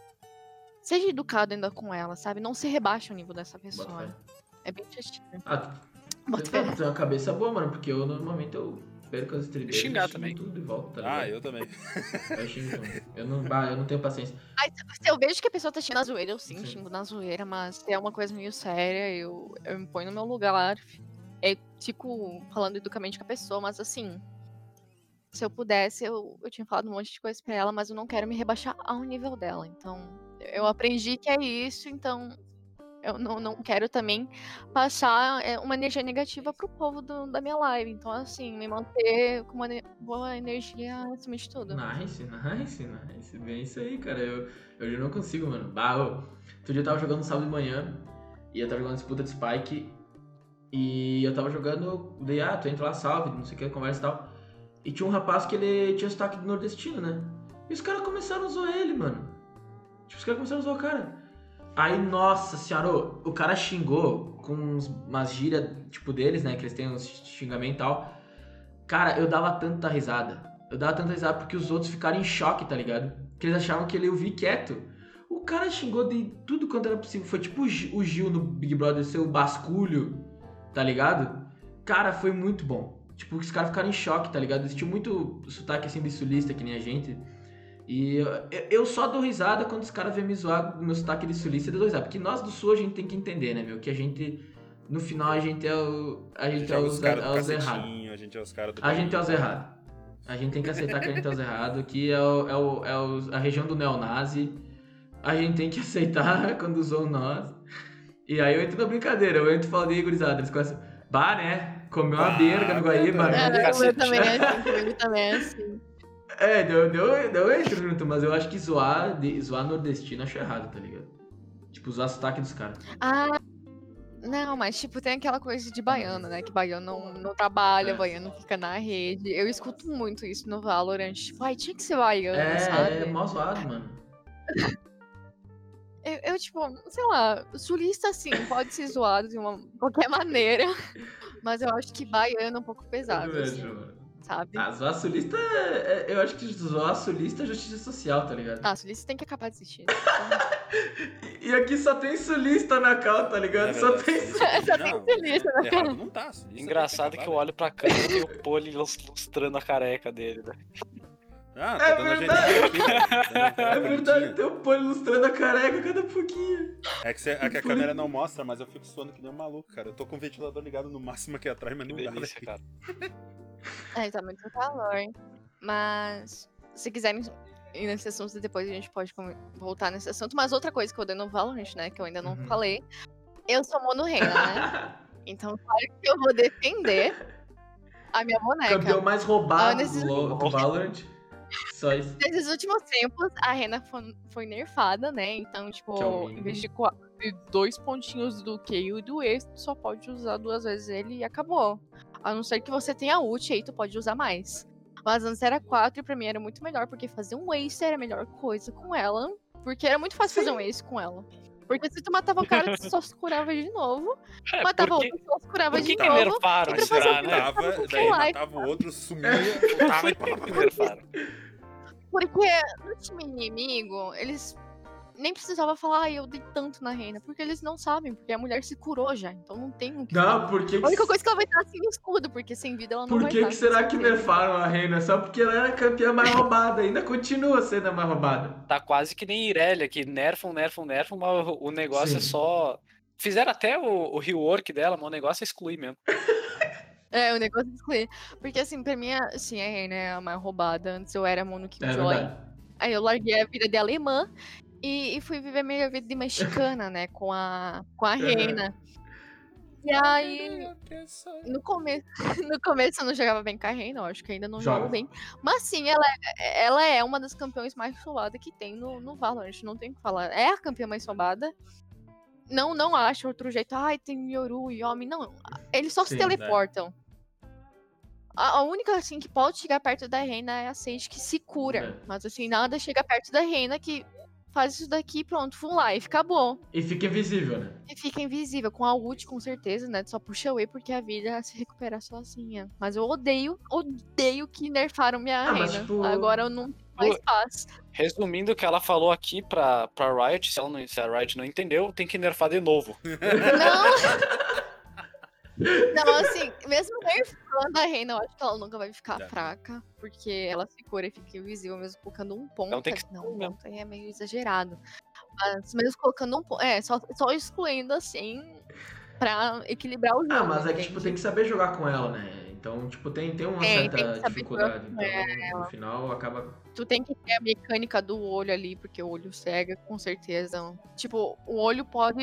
Seja educado ainda com ela, sabe? Não se rebaixa o nível dessa Bota pessoa. fé. É bem chatinho. Ah, tu Bota tu fé. tem uma cabeça boa, mano, porque eu normalmente eu perco as estrelinhas Xingar e xingo também. tudo de volta, tá Ah, ligado? eu também. Eu xingo também. Eu não, bah, eu não tenho paciência. Ai, se eu vejo que a pessoa tá xingando na zoeira, eu sim, Sim. xingo na zoeira, mas se é uma coisa meio séria, eu, eu me ponho no meu lugar. Eu fico falando educamente com a pessoa, mas assim, se eu pudesse, eu, eu tinha falado um monte de coisa pra ela, mas eu não quero me rebaixar ao nível dela. Então, eu aprendi que é isso, então eu não, não quero também passar é, uma energia negativa pro povo do- da minha live. Então, assim, me manter com uma ne- boa energia acima de tudo. Nice, nice, nice. Bem isso aí, cara. Eu, eu já não consigo, mano. Bah, ô. Outro dia eu tava jogando no sábado de manhã e eu tava jogando disputa de Spike e eu tava jogando, daí, ah, tu entra lá, salve, não sei o que, conversa e tal. E tinha um rapaz que ele tinha sotaque do nordestino, né? E os caras começaram a zoar ele, mano. Tipo, os caras começaram a zoar o cara. Aí, nossa senhora, ô, o cara xingou com uns, umas gírias, tipo, deles, né? Que eles têm uns xingamentos e tal. Cara, eu dava tanta risada. Eu dava tanta risada porque os outros ficaram em choque, tá ligado? Porque eles achavam que ele ia ouvir quieto. O cara xingou de tudo quanto era possível. Foi tipo o Gi- o Gil no Big Brother, seu basculho, tá ligado? Cara, foi muito bom. Tipo, os caras ficaram em choque, tá ligado? Eles tinham muito sotaque assim de sulista, que nem a gente. E eu, eu só dou risada quando os caras vêm me zoar do meu sotaque de sulista, eu dou risada. Porque nós do sul a gente tem que entender, né, meu? Que a gente, no final, a gente é o. A A gente gente é é os, os caras é do os errados. cacetinho, a gente é os caras do... A gente é os errados. A gente tem que aceitar que a gente é os errados, que é, o, é, o, é o, a região do neonazi. A gente tem que aceitar quando usou nós. E aí eu entro na brincadeira, eu entro e falo de gurizada. Eles começam, bah, né? Comeu uma Bah, berga no Guaíba, né? né? É, o cacete. meu também é assim, o meu também é assim. É, deu, deu, deu entro junto, mas eu acho que zoar, de, zoar nordestino eu acho errado, tá ligado? Tipo, zoar sotaque dos caras. Ah, não, mas tipo, tem aquela coisa de baiano, né? Que baiano não, não trabalha, É. baiano fica na rede. Eu escuto muito isso no Valorant. Tipo, ai, tinha que ser baiano, É, sabe? é mó zoado, mano. Eu, eu eu, tipo, sei lá, sulista, assim, pode ser zoado de uma qualquer maneira. Mas eu acho que baiano é um pouco pesado, Eu assim, vejo, mano. sabe? Ah, zoar sulista, é- é- eu acho que zoar sulista é justiça social, tá ligado? Ah, sulista tem que acabar de existir. Então, E aqui só tem sulista na cal, tá ligado? É Só verdade, tem sulista tem- Só tem não, sulista, é- errado não tá. sulista tem Engraçado que acabar, eu olho pra câmera e tem o Poli lustrando a careca dele, né? velho. Ah, É tá dando verdade. ajeitinho aqui, velho. Tá dando aquela É verdade, bonitinha. tem um pôr ilustrando a careca cada pouquinho. É que, cê- é que a câmera não mostra, mas eu fico suando que nem um maluco, cara. Eu tô com o ventilador ligado no máximo aqui atrás, mas Que não dá, delícia, velho. cara. é, tá muito calor. Mas, se quiserem ir nesse assunto, depois a gente pode com- voltar nesse assunto. Mas outra coisa que eu dei no Valorant, né, que eu ainda não Uhum. falei, eu sou mono reina, né? Então, claro que eu vou defender a minha boneca. Campeão mais roubado Ah, nesses- do, Lo- do Valorant. Só isso. Nesses últimos tempos, a Rena foi, foi nerfada, né? Então, tipo, Que é o mínimo. em vez de, qua- de dois pontinhos do Q e do E, tu só pode usar duas vezes ele e acabou. A não ser que você tenha ult, aí tu pode usar mais. Mas antes era quatro e pra mim era muito melhor, porque fazer um ace era a melhor coisa com ela. Porque era muito fácil fazer um ace com ela. Porque se tu matava o cara, tu só se curava de novo. É, matava porque, outro, só se curava por de que que novo. nerfaram e pra esse fazer cara, o né? que Tava, tava com daí life. matava o outro, sumia, voltava e pá, pá, Por que pá. nerfaram? Porque no time inimigo, eles nem precisavam falar, ai, eu dei tanto na Reina. Porque eles não sabem, porque a mulher se curou já. Então não tem o que falar. Não, por que A única que, coisa que ela vai estar assim no escudo, porque sem vida ela não por vai que, estar. que será que com certeza. nerfaram a Reina? Só porque ela era a campeã mais roubada. Ainda continua sendo a mais roubada. Tá quase que nem Irelia, que nerfam, nerfam, nerfam, mas o- o negócio Sim. é só. Fizeram até o, o rework dela, mas o negócio é excluir mesmo. É, o negócio de excluir. Porque assim, pra mim, assim, a Reina é a mais roubada. Antes eu era Mono É Killjoy. verdade. Aí eu larguei a vida de alemã e, e fui viver minha vida de mexicana, né? Com a, com a Reina. E aí, no começo, no começo eu não jogava bem com a Reina, eu acho que ainda não Joga. jogo bem. Mas sim, ela, é- ela é uma das campeões mais roubadas que tem no, no Valorant, não tem o que falar. É a campeã mais roubada. Não, não acho outro jeito. Ai, tem Yoru e Yomi. Não, eles só se Sim, teleportam. A, a única, assim, que pode chegar perto da Reina é a Sage, que se cura. É. Mas, assim, nada chega perto da Reina, que faz isso daqui, pronto, full life, acabou. E fica invisível, né? E fica invisível. Com a ult, com certeza, né? Tu só puxa away porque a vida se recupera sozinha. Mas eu odeio, odeio que nerfaram minha Ah, mas, Reina. tipo, Agora eu não tenho mais paz. Resumindo o que ela falou aqui pra, pra Riot, se, ela não, se a Riot não entendeu, tem que nerfar de novo. Não! Não, assim, mesmo nerfando a Reina, eu acho que ela nunca vai ficar É. fraca, porque ela se cura e fica invisível, mesmo colocando um ponto. Então tem que Não, excluir um mesmo. ponto aí é meio exagerado. Mas mesmo colocando um ponto. É, só, só excluindo assim pra equilibrar o jogo. Ah, mas é que, entende? tipo, tem que saber jogar com ela, né? Então, tipo, tem, tem uma Tem, tem certa que saber dificuldade. jogar com Então, no final, acaba... Tu tem que ter a mecânica do olho ali, porque o olho cega, com certeza. Tipo, o olho pode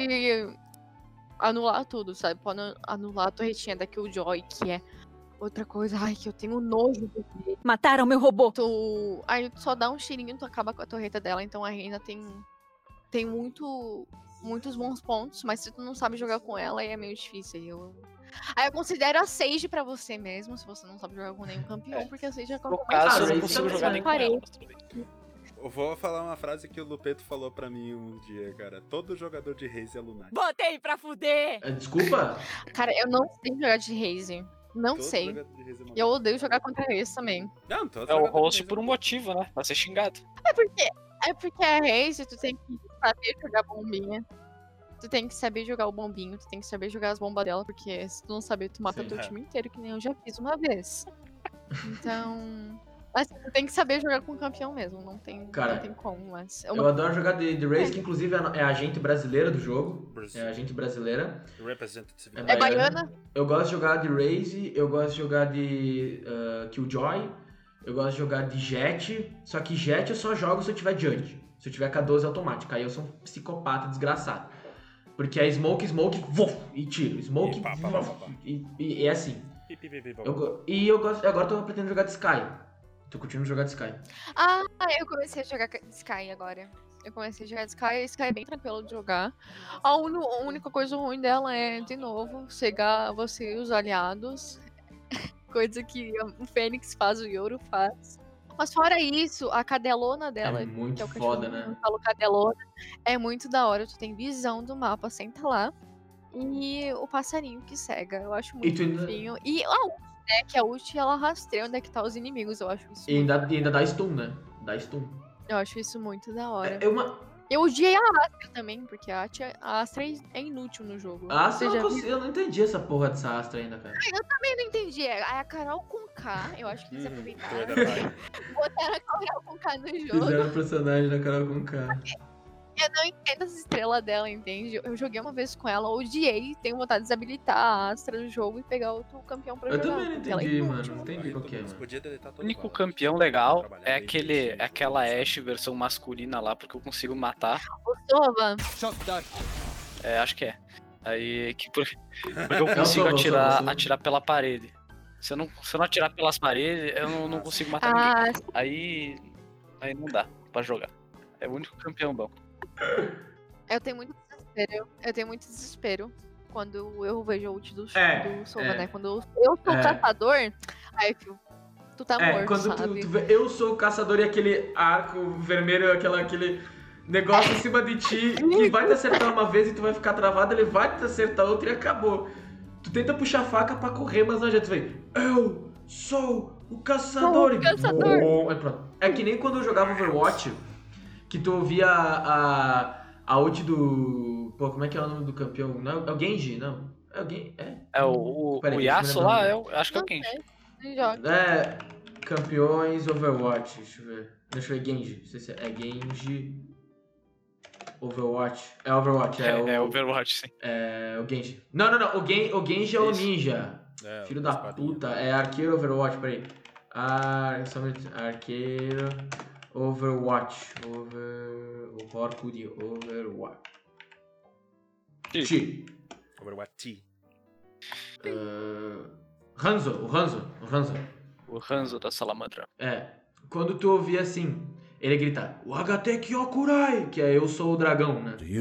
anular tudo, sabe? Pode anular a torretinha da Killjoy, que é outra coisa. Ai, que eu tenho nojo de ver. Mataram meu robô. Tu... Aí tu só dá um cheirinho e tu acaba com a torreta dela. Então a Reina tem, tem muito, muitos bons pontos, mas se tu não sabe jogar com ela, aí é meio difícil. Aí eu, aí eu considero a Sage pra você mesmo, se você não sabe jogar com nenhum campeão, É. porque a Sage é a No campeã mais caso, eu Ah, não mas consigo isso jogar eu nem com parei. ela, mas tudo bem. Eu vou falar uma frase que o Lupeto falou pra mim um dia, cara. Todo jogador de Raze é lunático. Botei pra fuder. Ah, Desculpa? Cara, eu não sei jogar de Raze. Não Todo sei. jogador de Raze é E eu lunático. odeio jogar contra Raze também. Não, todo É o jogador de host Raze por um motivo, né? Pra ser xingado. É porque, é porque a Raze, tu tem que saber jogar bombinha. Tu tem que saber jogar o bombinho, tu tem que saber jogar as bombas dela, porque se tu não saber, tu mata Sim, teu é. time inteiro, que nem eu já fiz uma vez. Então. Mas tu tem que saber jogar com o campeão mesmo, não tem, Cara, não tem como, mas. Eu adoro jogar de, de Raze, que inclusive é a- é a agente brasileira do jogo. Brasil. É a agente brasileira. Representative. É É baiana? Eu gosto de jogar de Raze, eu gosto de jogar de uh, Killjoy, eu gosto de jogar de Jet, só que Jet eu só jogo se eu tiver Judge, se eu tiver K doze automática, aí eu sou um psicopata desgraçado. Porque é Smoke, Smoke, vof, e tiro, Smoke, E pá, pá, pá, vof, pá, pá. e, e- e é assim. Pi, pi, pi, pi, Eu go- e eu gosto, agora eu tô aprendendo a jogar de Sky, tô curtindo jogar de Sky. Ah, eu comecei a jogar Sky agora. Eu comecei a jogar Sky, a Sky é bem tranquilo de jogar. A, unu- a única coisa ruim dela é, de novo, cegar você e os aliados. Coisa que o Fênix faz, o Yoru faz. Mas fora isso, a cadelona dela, É muito que é o foda, cachorro, né? eu falo cadelona, é muito da hora. Tu tem visão do mapa, senta lá. E o passarinho que cega, eu acho E muito tu ainda, fofinho. E a ult, né, que a ult ela rastreia onde é que tá os inimigos, eu acho isso e muito, ainda, e ainda dá stun, né? Dá stun. eu acho isso muito da hora. É, é uma... Eu odiei a Astra também, porque a Astra, a Astra é inútil no jogo. A Você Astra eu já não viu? consigo, eu não entendi essa porra dessa Astra ainda, cara. Eu não entendi. É a Carol com K, eu acho que eles Uhum, aproveitaram. toda vibe. Botaram a Carol com K no jogo. Fizeram o personagem da Carol com K. Eu não entendo as estrelas dela, entende? Eu joguei uma vez com ela, odiei, tenho vontade de desabilitar a Astra do jogo e pegar outro campeão pra Eu jogar. também não porque ela é entendi, inútil. mano. Não entendi qual que é, Você mano. podia deletar O todo único Valorant. campeão legal Trabalhar é bem aquele, direitinho, é aquela sabe? Ashe versão masculina lá, porque eu consigo matar. O Sova, É, acho que é. Aí, que por- porque eu É o consigo Sova, o atirar, Sova, o Sova. atirar pela parede. Se eu não, se eu não atirar pelas paredes, eu não, não consigo matar ninguém. ah, Aí, aí não dá pra jogar. É o único campeão bom. eu tenho muito desespero. Eu tenho muito desespero quando eu vejo o ult do, É, do Sova, é. né? Quando eu, eu sou É. caçador, aí eu fico, tu tá É, morto, quando tu, sabe? tu vê, eu sou o caçador e aquele arco vermelho, aquela, aquele negócio em cima de ti, que vai te acertar uma vez e tu vai ficar travado, ele vai te acertar outra e acabou. Tu tenta puxar a faca pra correr, mas não adianta, tu vem, eu sou o caçador. Sou o e caçador. bom, aí pronto. É que nem quando eu jogava Overwatch, que tu ouvia a, a, a ult do... Pô, como é que é o nome do campeão? Não, é o Genji, não? É o Genji? É? É o, o, Peraí, o deixa eu Yasuo lembrar o lá, nome. é o- acho que é o Não Kenji. sei, não joga. É, campeões Overwatch, deixa eu ver. Deixa eu ver, Genji. Não sei se é Genji. Overwatch. É Overwatch, é, É, o. é Overwatch, sim. É o Genji. Não, não, não. O, Gen, o Genji é o Isso. ninja. É, Filho o da espadinha. puta. É arqueiro Overwatch, peraí. Ar... só um minuto. Arqueiro Overwatch. Over. O porco de Overwatch. Ti. Ti. Overwatch T. Uh, Hanzo, o Hanzo. O Hanzo. O Hanzo da Salamandra. É, quando tu ouvia assim, ele grita, o H T Kyokurai, que é eu sou o dragão, né? Ele,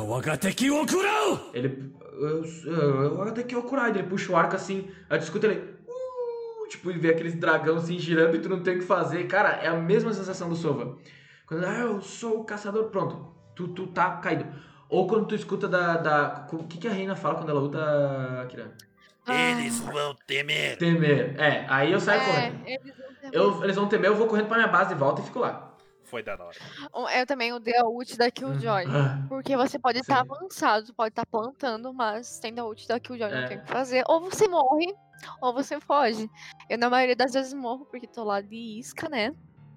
eu, eu, o H T Kyokurai, ele puxa o arco assim, aí tu escuta ele, uh, tipo, e vê aqueles dragão assim girando e tu não tem o que fazer. Cara, é a mesma sensação do Sova. Quando, ah, eu sou o caçador, pronto, tu, tu tá caído. Ou quando tu escuta da... da o que, que a reina fala quando ela luta, Kira? Eles vão temer. Temer. É, aí eu saio É, correndo. eles vão ter Eu, eles vão temer, eu vou correndo pra minha base de volta e fico lá. Foi da hora. Eu também odeio a ult da Killjoy. Ah, Porque você pode estar Sim. avançado, tu pode estar plantando, mas tendo a ult da Killjoy É. não tem o que fazer. Ou você morre, ou você foge. Eu na maioria das vezes morro porque tô lá de isca, né?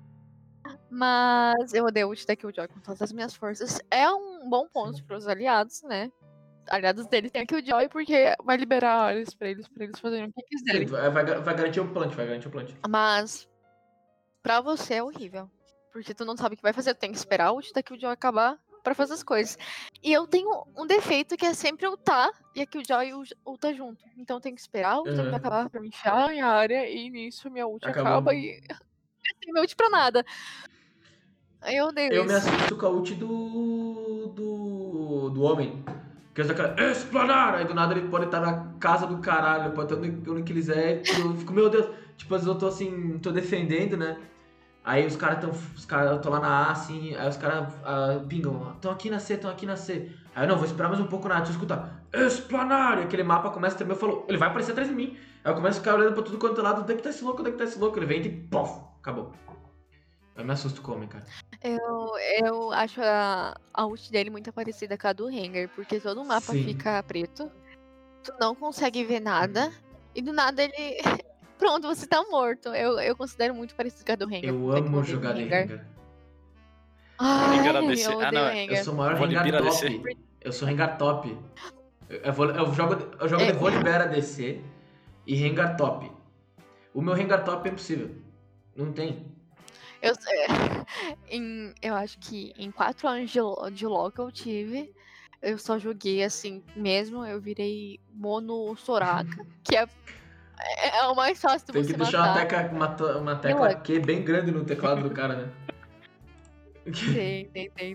Mas eu odeio a ult da Killjoy com todas as minhas forças. É um bom ponto pros aliados, né? Aliados dele tem a Killjoy porque vai liberar áreas pra eles, pra eles fazerem o que sim, quiserem. vai, vai, vai garantir o plant, vai garantir o plant. Mas pra você é horrível. Porque tu não sabe o que vai fazer. Tu tem que esperar o ult da Killjoy acabar pra fazer as coisas. E eu tenho um defeito que é sempre ultar e a Killjoy ul- ulta junto. Então tem que esperar o ult Uhum. acabar pra me enfiar em área e nisso minha ult Acabou. acaba e. Não tem meu ult pra nada. Eu odeio Eu me isso. assusto com a ult do. do. do homem. Que é aquela. Explanar! Aí do nada ele pode estar na casa do caralho, pode estar onde onde que ele quiser. E eu fico, meu Deus. Tipo, às vezes eu tô assim, tô defendendo, né? Aí os caras tão. Os caras, eu tô lá na A, assim, aí os caras ah, pingam, tão aqui na C, tão aqui na C. Aí eu não, vou esperar mais um pouco na A, deixa eu escutar. Explanar! E aquele mapa começa a tremer, eu falo, ele vai aparecer atrás de mim. Aí eu começo a ficar olhando pra tudo quanto é lado, onde é que tá esse louco, onde é que tá esse louco? Ele vem e pof, acabou. Eu me assusto com o homem, cara. Eu, eu acho a, a ult dele muito parecida com a do Rengar, porque todo o mapa Sim. fica preto, tu não consegue ver nada, e do nada ele. Pronto, você tá morto. Eu, eu considero muito parecido com a do Rengar. Eu porque amo odeio jogar de Rengar. Rengar. Ai, Rengar A D C. eu Ah, odeio não, é- Eu Rengar. sou o maior Vou Rengar liberar top. D C. Eu sou Rengar top. Eu, eu, vou- eu jogo, eu jogo É. de Volibear D C e Rengar top. O meu Rengar top é impossível. Não tem. Eu, em, eu acho que em quatro anos de, lo- de LoL que eu tive, eu só joguei assim mesmo. Eu virei mono Soraka, que é, é o mais fácil de Tem você que deixar uma matar. tecla, uma, to- uma tecla Mila. Q bem grande no teclado do cara, né? Tem, tem, tem, tem.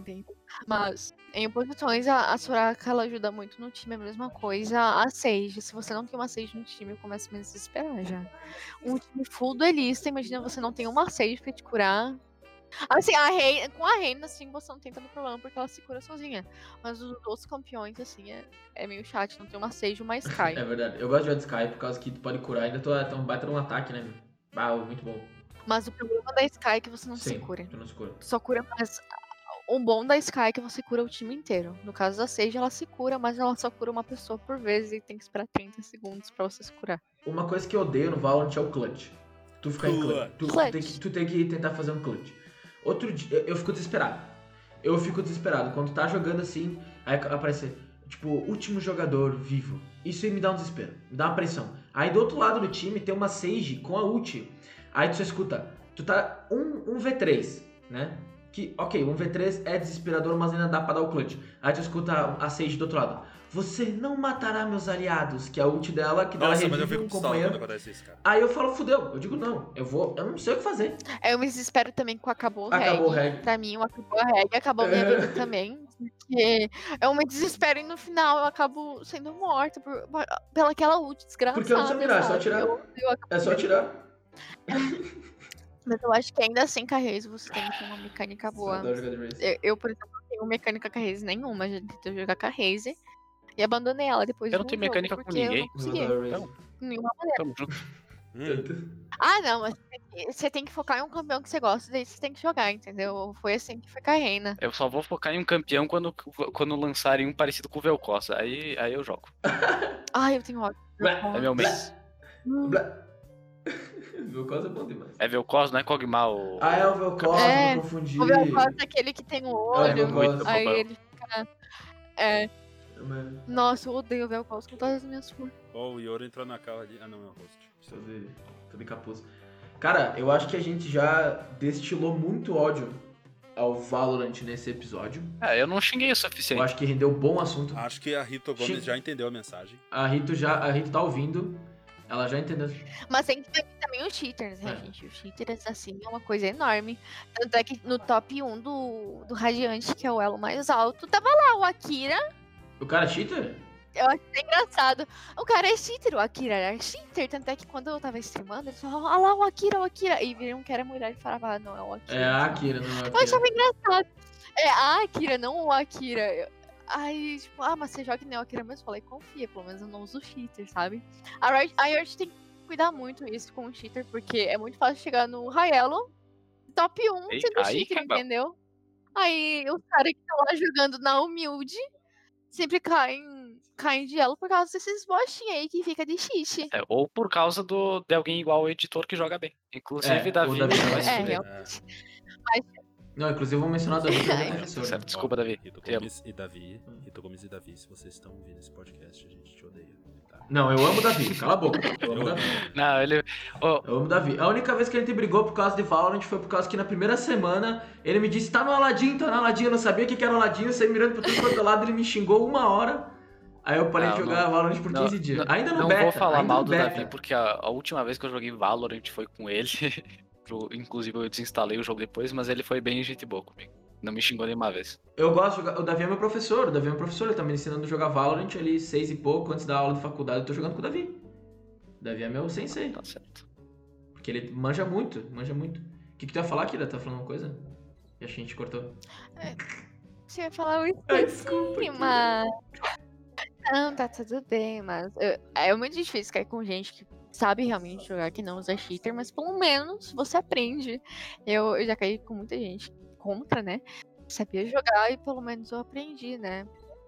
Mas em oposições, a, a Soraka ela ajuda muito no time, é a mesma coisa. A Sage, se você não tem uma Sage no time, eu começo a me desesperar já. Um time full duelista, imagina você não tem uma Sage pra te curar. Assim, a Rei, com a Reina, assim, você não tem tanto problema, porque ela se cura sozinha. Mas os outros campeões, assim, é, é meio chato, não tem uma Sage e uma Sky. É verdade. Eu gosto de jogar de Sky por causa que tu pode curar e ainda tu é um baita um ataque, né, meu? Ah, muito bom. Mas o problema da Sky é que você não Sim, se cura. tu não se cura. Tu só cura, mas o bom da Sky é que você cura o time inteiro. No caso da Sage, ela se cura, mas ela só cura uma pessoa por vez e tem que esperar trinta segundos pra você se curar. Uma coisa que eu odeio no Valorant é o clutch. Tu ficar em clutch. Tu, Clutch. Tem que, tu tem que tentar fazer um clutch. Outro dia, eu, eu fico desesperado. Eu fico desesperado. Quando tá jogando assim, aí aparece, tipo, último jogador vivo. Isso aí me dá um desespero, me dá uma pressão. Aí do outro lado do time tem uma Sage com a ult. Aí tu só escuta, tu tá um v três, né? Que, ok, um v três é desesperador, mas ainda dá pra dar o clutch. Aí tu escuta a Sage do outro lado. Você não matará meus aliados, que é a ult dela, que dá Nossa, mas eu revive fico um pistola companheiro. quando acontece isso, cara. Aí eu falo, fudeu. Eu digo, não, eu vou, eu não sei o que fazer. Eu me desespero também com Acabou o Acabou o Reg. Reg. Pra mim, o Acabou a Reg acabou minha vida também. Porque eu me desespero e no final eu acabo sendo morta por, por, pela aquela ult desgraçada. Porque eu não sei mirar, é só sabe? atirar. Eu- eu acabo- É só atirar. Mas eu acho que ainda assim, Carreis, você tem que ter uma mecânica boa. Adoro jogar de Raze. Eu, eu, por exemplo, não tenho mecânica Carreis nenhuma. Já tentei jogar Carreis e abandonei ela depois Eu não de um tenho jogo, mecânica com porque eu ninguém. não consegui, Adoro Raze. Então, de nenhuma maneira. tamo junto. Hum. Ah, não, mas você tem que focar em um campeão que você gosta, daí você tem que jogar, entendeu? Foi assim que foi com a Reina. Eu só vou focar em um campeão quando, quando lançarem um parecido com o Vel'Koz. Aí, aí eu jogo. Ai, eu tenho ódio. Blá, É meu blá, mês. blá. Meu caso é bom demais. É Vel'Koz, não é Kog'Maw. o- Ah, é o Vel'Koz, É, eu confundi. O Vel'Koz é aquele que tem o É, olho, Vel'Koz. aí Muito ele fica... É, Mas- nossa, eu odeio o Vel'Koz com todas as minhas forças. Ó, o Yoro entrou na cala ali. Ah, não, é o host. Tô de, tô de capuz. Cara, eu acho que a gente já destilou muito ódio ao Valorant nesse episódio. É, eu não xinguei o Eu suficiente. acho que rendeu bom assunto. Acho que a Rito Gomes Sim. já entendeu a mensagem. A Rito já, a Rito tá ouvindo. Ela já entendeu. Mas tem que ver também os cheaters, né, É. gente? Os cheaters, assim, é uma coisa enorme. Tanto é que no top um do, do Radiante, que é o elo mais alto, tava lá o Akira. O cara é cheater? Eu acho até engraçado. O cara é cheater, o Akira era cheater. Tanto é que quando eu tava streamando, eles falavam, ah lá o Akira, o Akira. E viram que era mulher e falavam, ah, não, é o Akira. É a Akira, não é a Eu Akira. achava engraçado. É a Akira, não o Akira. Eu- Aí, tipo, ah, mas você joga que nem o Akira mesmo? Eu falei, confia, pelo menos eu não uso cheater, sabe? A Riot, a Riot tem que cuidar muito isso com o cheater, porque é muito fácil chegar no Raelo, top um, Ei, sendo aí cheater, que é bom. entendeu? Aí os caras que estão lá jogando na humilde sempre caem, caem de elo por causa desses bostinhos aí que fica de cheat. É, ou por causa do, de alguém igual o editor que joga bem. Inclusive, É, Davi. o Davi vai vai se É, fuder. realmente. Não, inclusive vou mencionar o Davi que é meu Ai, professor. Certo, desculpa, Davi. Rito Te amo. Gomes e Davi. Rito Gomes e Davi, se vocês estão ouvindo esse podcast, a gente te odeia. Tá? Não, eu amo o Davi, cala a boca. Eu amo o Davi. Não, ele. Ô, Eu amo o Davi. A única vez que a gente brigou por causa de Valorant foi por causa que na primeira semana ele me disse, tá no Aladdin, tá no Aladdin, eu não sabia o que que era o Aladdin, eu saí mirando pra tudo quanto é lado, ele me xingou uma hora. Aí eu parei Não, de jogar não- Valorant por não- quinze dias. não- Ainda no não beta. vou falar ainda mal no do beta. Davi, porque a, a última vez que eu joguei Valorant foi com ele. Pro- Inclusive, eu desinstalei o jogo depois, mas ele foi bem gente boa comigo. Não me xingou nenhuma vez. Eu gosto de jogar. O Davi é meu professor, o Davi é meu professor, ele tá me ensinando a jogar Valorant ali, seis e pouco, antes da aula de faculdade, eu tô jogando com o Davi. O Davi é meu sensei. Tá certo. Porque ele manja muito, manja muito. O que, que tu ia falar, Kira? Tá falando uma coisa? E a gente cortou. Você ia falar o Ai, desculpa, Sim, mas... Não, tá tudo bem, mas... eu- É muito difícil cair com gente que sabe realmente jogar, que não usa cheater, mas pelo menos você aprende. Eu, eu já caí com muita gente contra, né? Sabia jogar e pelo menos eu aprendi, né?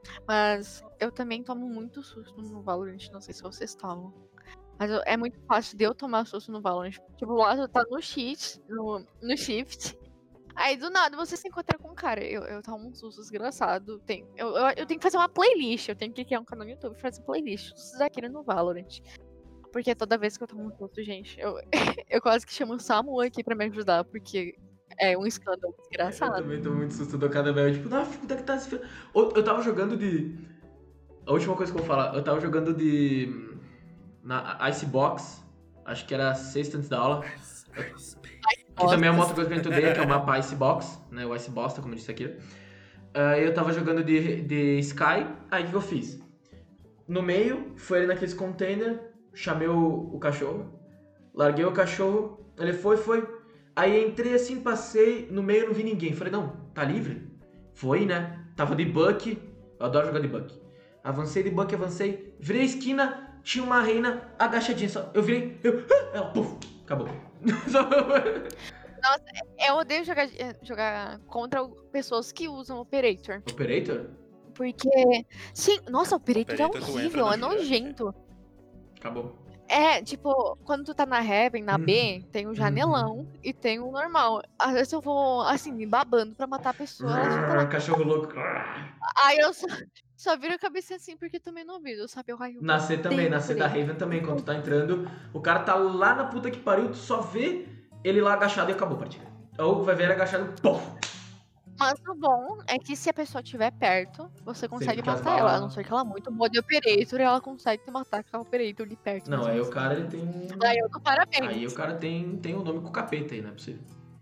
Mas eu também tomo muito susto no Valorant, não sei se vocês tomam. Mas eu- é muito fácil de eu tomar susto no Valorant. Tipo, lá tu tá no shift, no, no shift, aí do nada você se encontra com um cara. Eu, eu tomo um susto desgraçado. Tem, eu, eu, eu tenho que fazer uma playlist. Eu tenho que criar um canal no YouTube e fazer playlist. Sustos aqui no Valorant. Porque toda vez que eu tomo um susto, gente, eu, eu quase que chamo o Samu aqui pra me ajudar. Porque é um escândalo Eu desgraçado. também tô muito susto do cada vez. Tipo, ah, puta que tá se ferrando. Ou- Eu tava jogando de. A última coisa que eu vou falar, eu tava jogando de. Na Icebox, acho que era sexta antes da aula. Que também é uma outra coisa que a gente odeia, que é o mapa Icebox, né? O Icebox, como eu disse aqui. Aí eu tava jogando de, de Sky, aí o que eu fiz? No meio, foi ele naqueles container, chamei o, o cachorro, larguei o cachorro, ele foi, foi. Aí entrei assim, passei, no meio não vi ninguém. Falei, não, tá livre? Foi, né? Tava de buck, eu adoro jogar de buck. Avancei de buck, avancei, virei a esquina, tinha uma reina agachadinha só. Eu virei, eu, ela, puf, acabou. Nossa, eu odeio jogar, jogar contra pessoas que usam Operator. Operator? Porque, sim, nossa, Operator, Operator, é tu horrível, entra é no direto, nojento. Acabou. É, tipo, quando tu tá na Heaven, na B, tem o janelão e tem o normal. Às vezes eu vou, assim, me babando pra matar a pessoa, ela já tá lá. Cachorro louco. Aí eu só, só viro a cabeça assim porque também não ouvido, sabe? Eu raio. Nascer também, nascer da Raven também. Quando tu tá entrando, o cara tá lá na puta que pariu, tu só vê ele lá agachado e acabou a partida. Ou vai ver ele agachado, pô! Mas o bom é que se a pessoa estiver perto, você consegue porque as matar ela. A balas- não ser que ela é muito boa de Operator e ela consegue te matar com a Operator de perto. Não, mas aí o assim. cara ele tem um. Aí eu dou parabéns. Aí o cara tem, tem um nome com capeta aí, não é possível.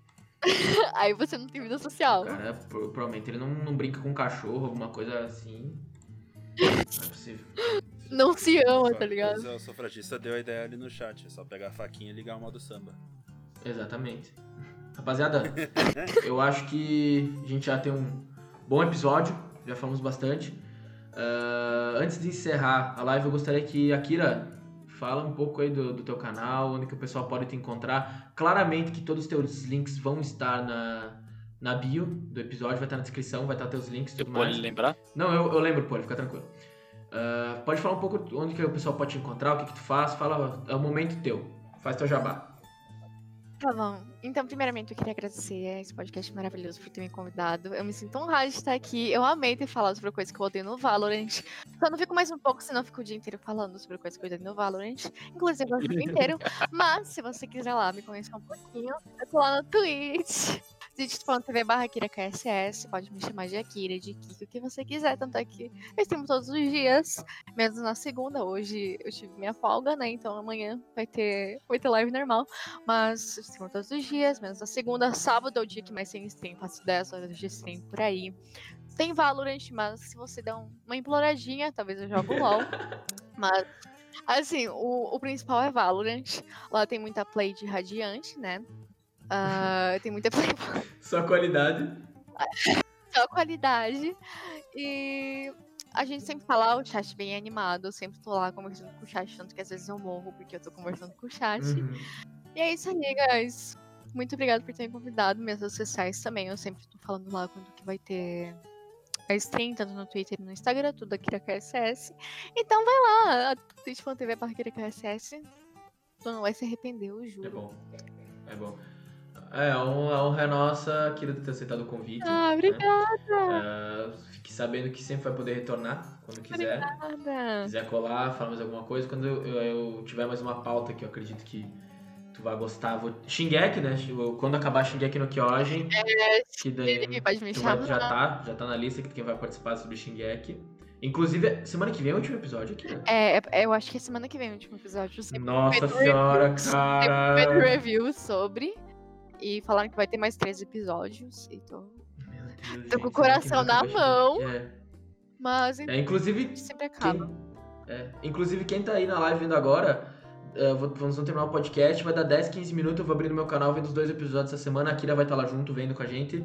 Aí você não tem vida social. O cara, pro- provavelmente, ele não, não brinca com cachorro, alguma coisa assim. Não é possível. Não se ama, Só- tá ligado? O sufragista deu a ideia ali no chat. É só pegar a faquinha e ligar o modo samba. Exatamente. Rapaziada, eu acho que a gente já tem um bom episódio, já falamos bastante. Ah, antes de encerrar a live, eu gostaria que a Kira fala um pouco aí do, do teu canal, onde que o pessoal pode te encontrar. Claramente que todos os teus links vão estar na, na bio do episódio, vai estar na descrição, vai estar teus links e Eu tudo vou mais. lhe lembrar. Não, eu, eu lembro, Poli, fica tranquilo. Ah, pode falar um pouco onde que o pessoal pode te encontrar, o que que tu faz, fala, é o momento teu, faz teu jabá. Tá bom. Então, primeiramente, eu queria agradecer a esse podcast maravilhoso por ter me convidado. Eu me sinto honrada de estar aqui. Eu amei ter falado sobre coisas que eu odeio no Valorant. Só não fico mais um pouco, senão eu fico o dia inteiro falando sobre coisas que eu odeio no Valorant. Inclusive, eu gosto o dia inteiro. Mas, se você quiser lá me conhecer um pouquinho, eu tô lá no Twitch. twitch ponto tv barra Akira K S S. Pode me chamar de Akira, de Kiko, o que você quiser. Tanto é que eu streamo todos os dias, mesmo na segunda. Hoje eu tive minha folga, né? Então amanhã vai ter, vai ter live normal. Mas eu streamo todos os dias, menos na segunda. Sábado é o dia que mais tem stream. Faço dez horas de stream por aí. Tem Valorant, mas se você der um- uma imploradinha, talvez eu jogo LOL. Mas, assim, o, o principal é Valorant. Lá tem muita play de Radiante, né? Ah, tem muita play Sua qualidade. só qualidade. E a gente sempre fala, o chat bem animado. Eu sempre tô lá conversando com o chat, tanto que às vezes eu morro porque eu tô conversando com o chat. Uhum. E é isso aí, guys. Muito obrigada por ter me convidado. Minhas redes sociais também. Eu sempre tô falando lá quando que vai ter a stream, tanto no Twitter e no Instagram, tudo aqui da K S S. Então vai lá, twitch ponto tv barra K S S. Tu não vai se arrepender, eu É juro. bom. É bom. É, a honra, a honra é nossa, Kira, de ter aceitado o convite. Ah, né? obrigada. É, fique sabendo que sempre vai poder retornar quando quiser. Obrigada. quiser colar, falar mais alguma coisa. Quando eu, eu- eu tiver mais uma pauta que eu acredito que tu vai gostar, vou... Shingeki, né? Eu- Quando acabar Shingeki no Kyojin, que daí Pode me tu vai- chamar. já tá, já tá na lista que quem vai participar sobre Shingeki. Inclusive, semana que vem é o último episódio aqui, né? É, é- eu acho que é semana que vem o último episódio. Sempre Nossa feito senhora, reviews. Sempre feito cara! review sobre. E falaram que vai ter mais três episódios. E tô... Meu Deus, Tô gente, com o semana que coração vem na acaba mão. Shingeki. É. Mas É, inclusive, sempre acaba. Quem, é, inclusive, quem tá aí na live vendo agora, é, vou- vamos terminar o podcast, vai dar dez, quinze minutos, eu vou abrir no meu canal vendo os dois episódios essa semana, a Kira vai estar lá junto, vendo com a gente.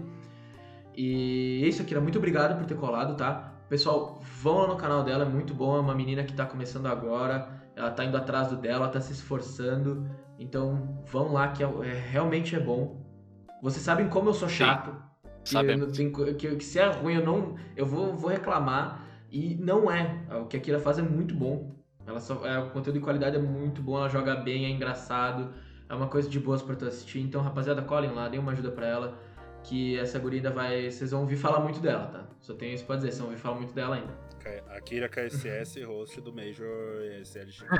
E é isso, Kira, muito obrigado por ter colado, tá? Pessoal, vão lá no canal dela, é muito bom, é uma menina que tá começando agora, ela tá indo atrás do dela, ela tá se esforçando, então vão lá que é, é- realmente é bom. Vocês sabem como eu sou chato. Que, eu Sabemos. não tenho co- que, que se é ruim, eu não. Eu vou, vou reclamar. E não é. O que a Kira faz é muito bom. Ela só, é, o conteúdo de qualidade é muito bom, ela joga bem, é engraçado. É uma coisa de boas pra tu assistir. Então, rapaziada, colhem lá, dêem uma ajuda pra ela. Que essa guria ainda vai. Vocês vão ouvir falar muito dela, tá? Só tenho isso pra dizer, vocês vão ouvir falar muito dela ainda. Akira K S S, host do Major S L G.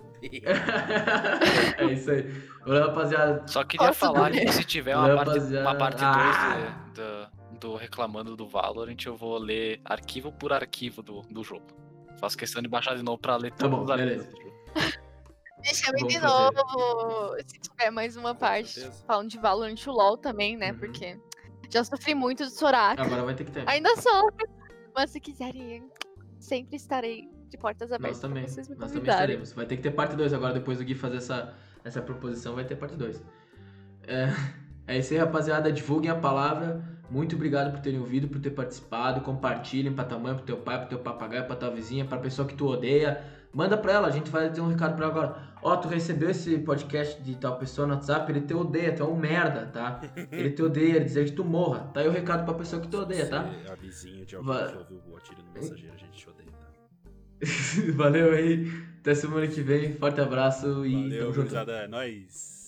É isso aí. Valeu, rapaziada. Só queria Nossa, falar Daniel. que se tiver uma Valeu, parte, rapaziada. uma parte Ah. dois do, do Reclamando do Valorant, eu vou ler arquivo por arquivo do, do jogo. Faço questão de baixar de novo pra ler Tá todos bom, os arquivos beleza. do jogo. Me chamem Vamos de fazer. novo. Se tiver mais uma Com parte certeza. falando de Valorant, o LoL também, né? Uhum. Porque Já sofri muito de Soraka. Agora vai ter que ter. Ainda sofro. Mas se quiserem, sempre estarei de portas abertas. Nós também, pra vocês me nós também convidarem. estaremos. Vai ter que ter parte dois agora, depois do Gui fazer essa, essa proposição, vai ter parte dois. É, é isso aí, rapaziada. Divulguem a palavra. Muito obrigado por terem ouvido, por ter participado. Compartilhem pra tua mãe, pro teu pai, pro teu papagaio, pra tua vizinha, pra pessoa que tu odeia. Manda pra ela, a gente vai ter um recado pra ela agora. Ó, tu recebeu esse podcast de tal pessoa no WhatsApp, ele te odeia, tu é um merda, tá? Ele te odeia, ele dizer que tu morra. Tá aí o recado pra pessoa que tu odeia, tá? Você é a vizinha de alguém Va- que ouviu o Atire no Mensageiro, a gente te odeia, tá? Valeu aí. Até semana que vem. Forte abraço e Valeu, tamo junto. gurizada, é nóis.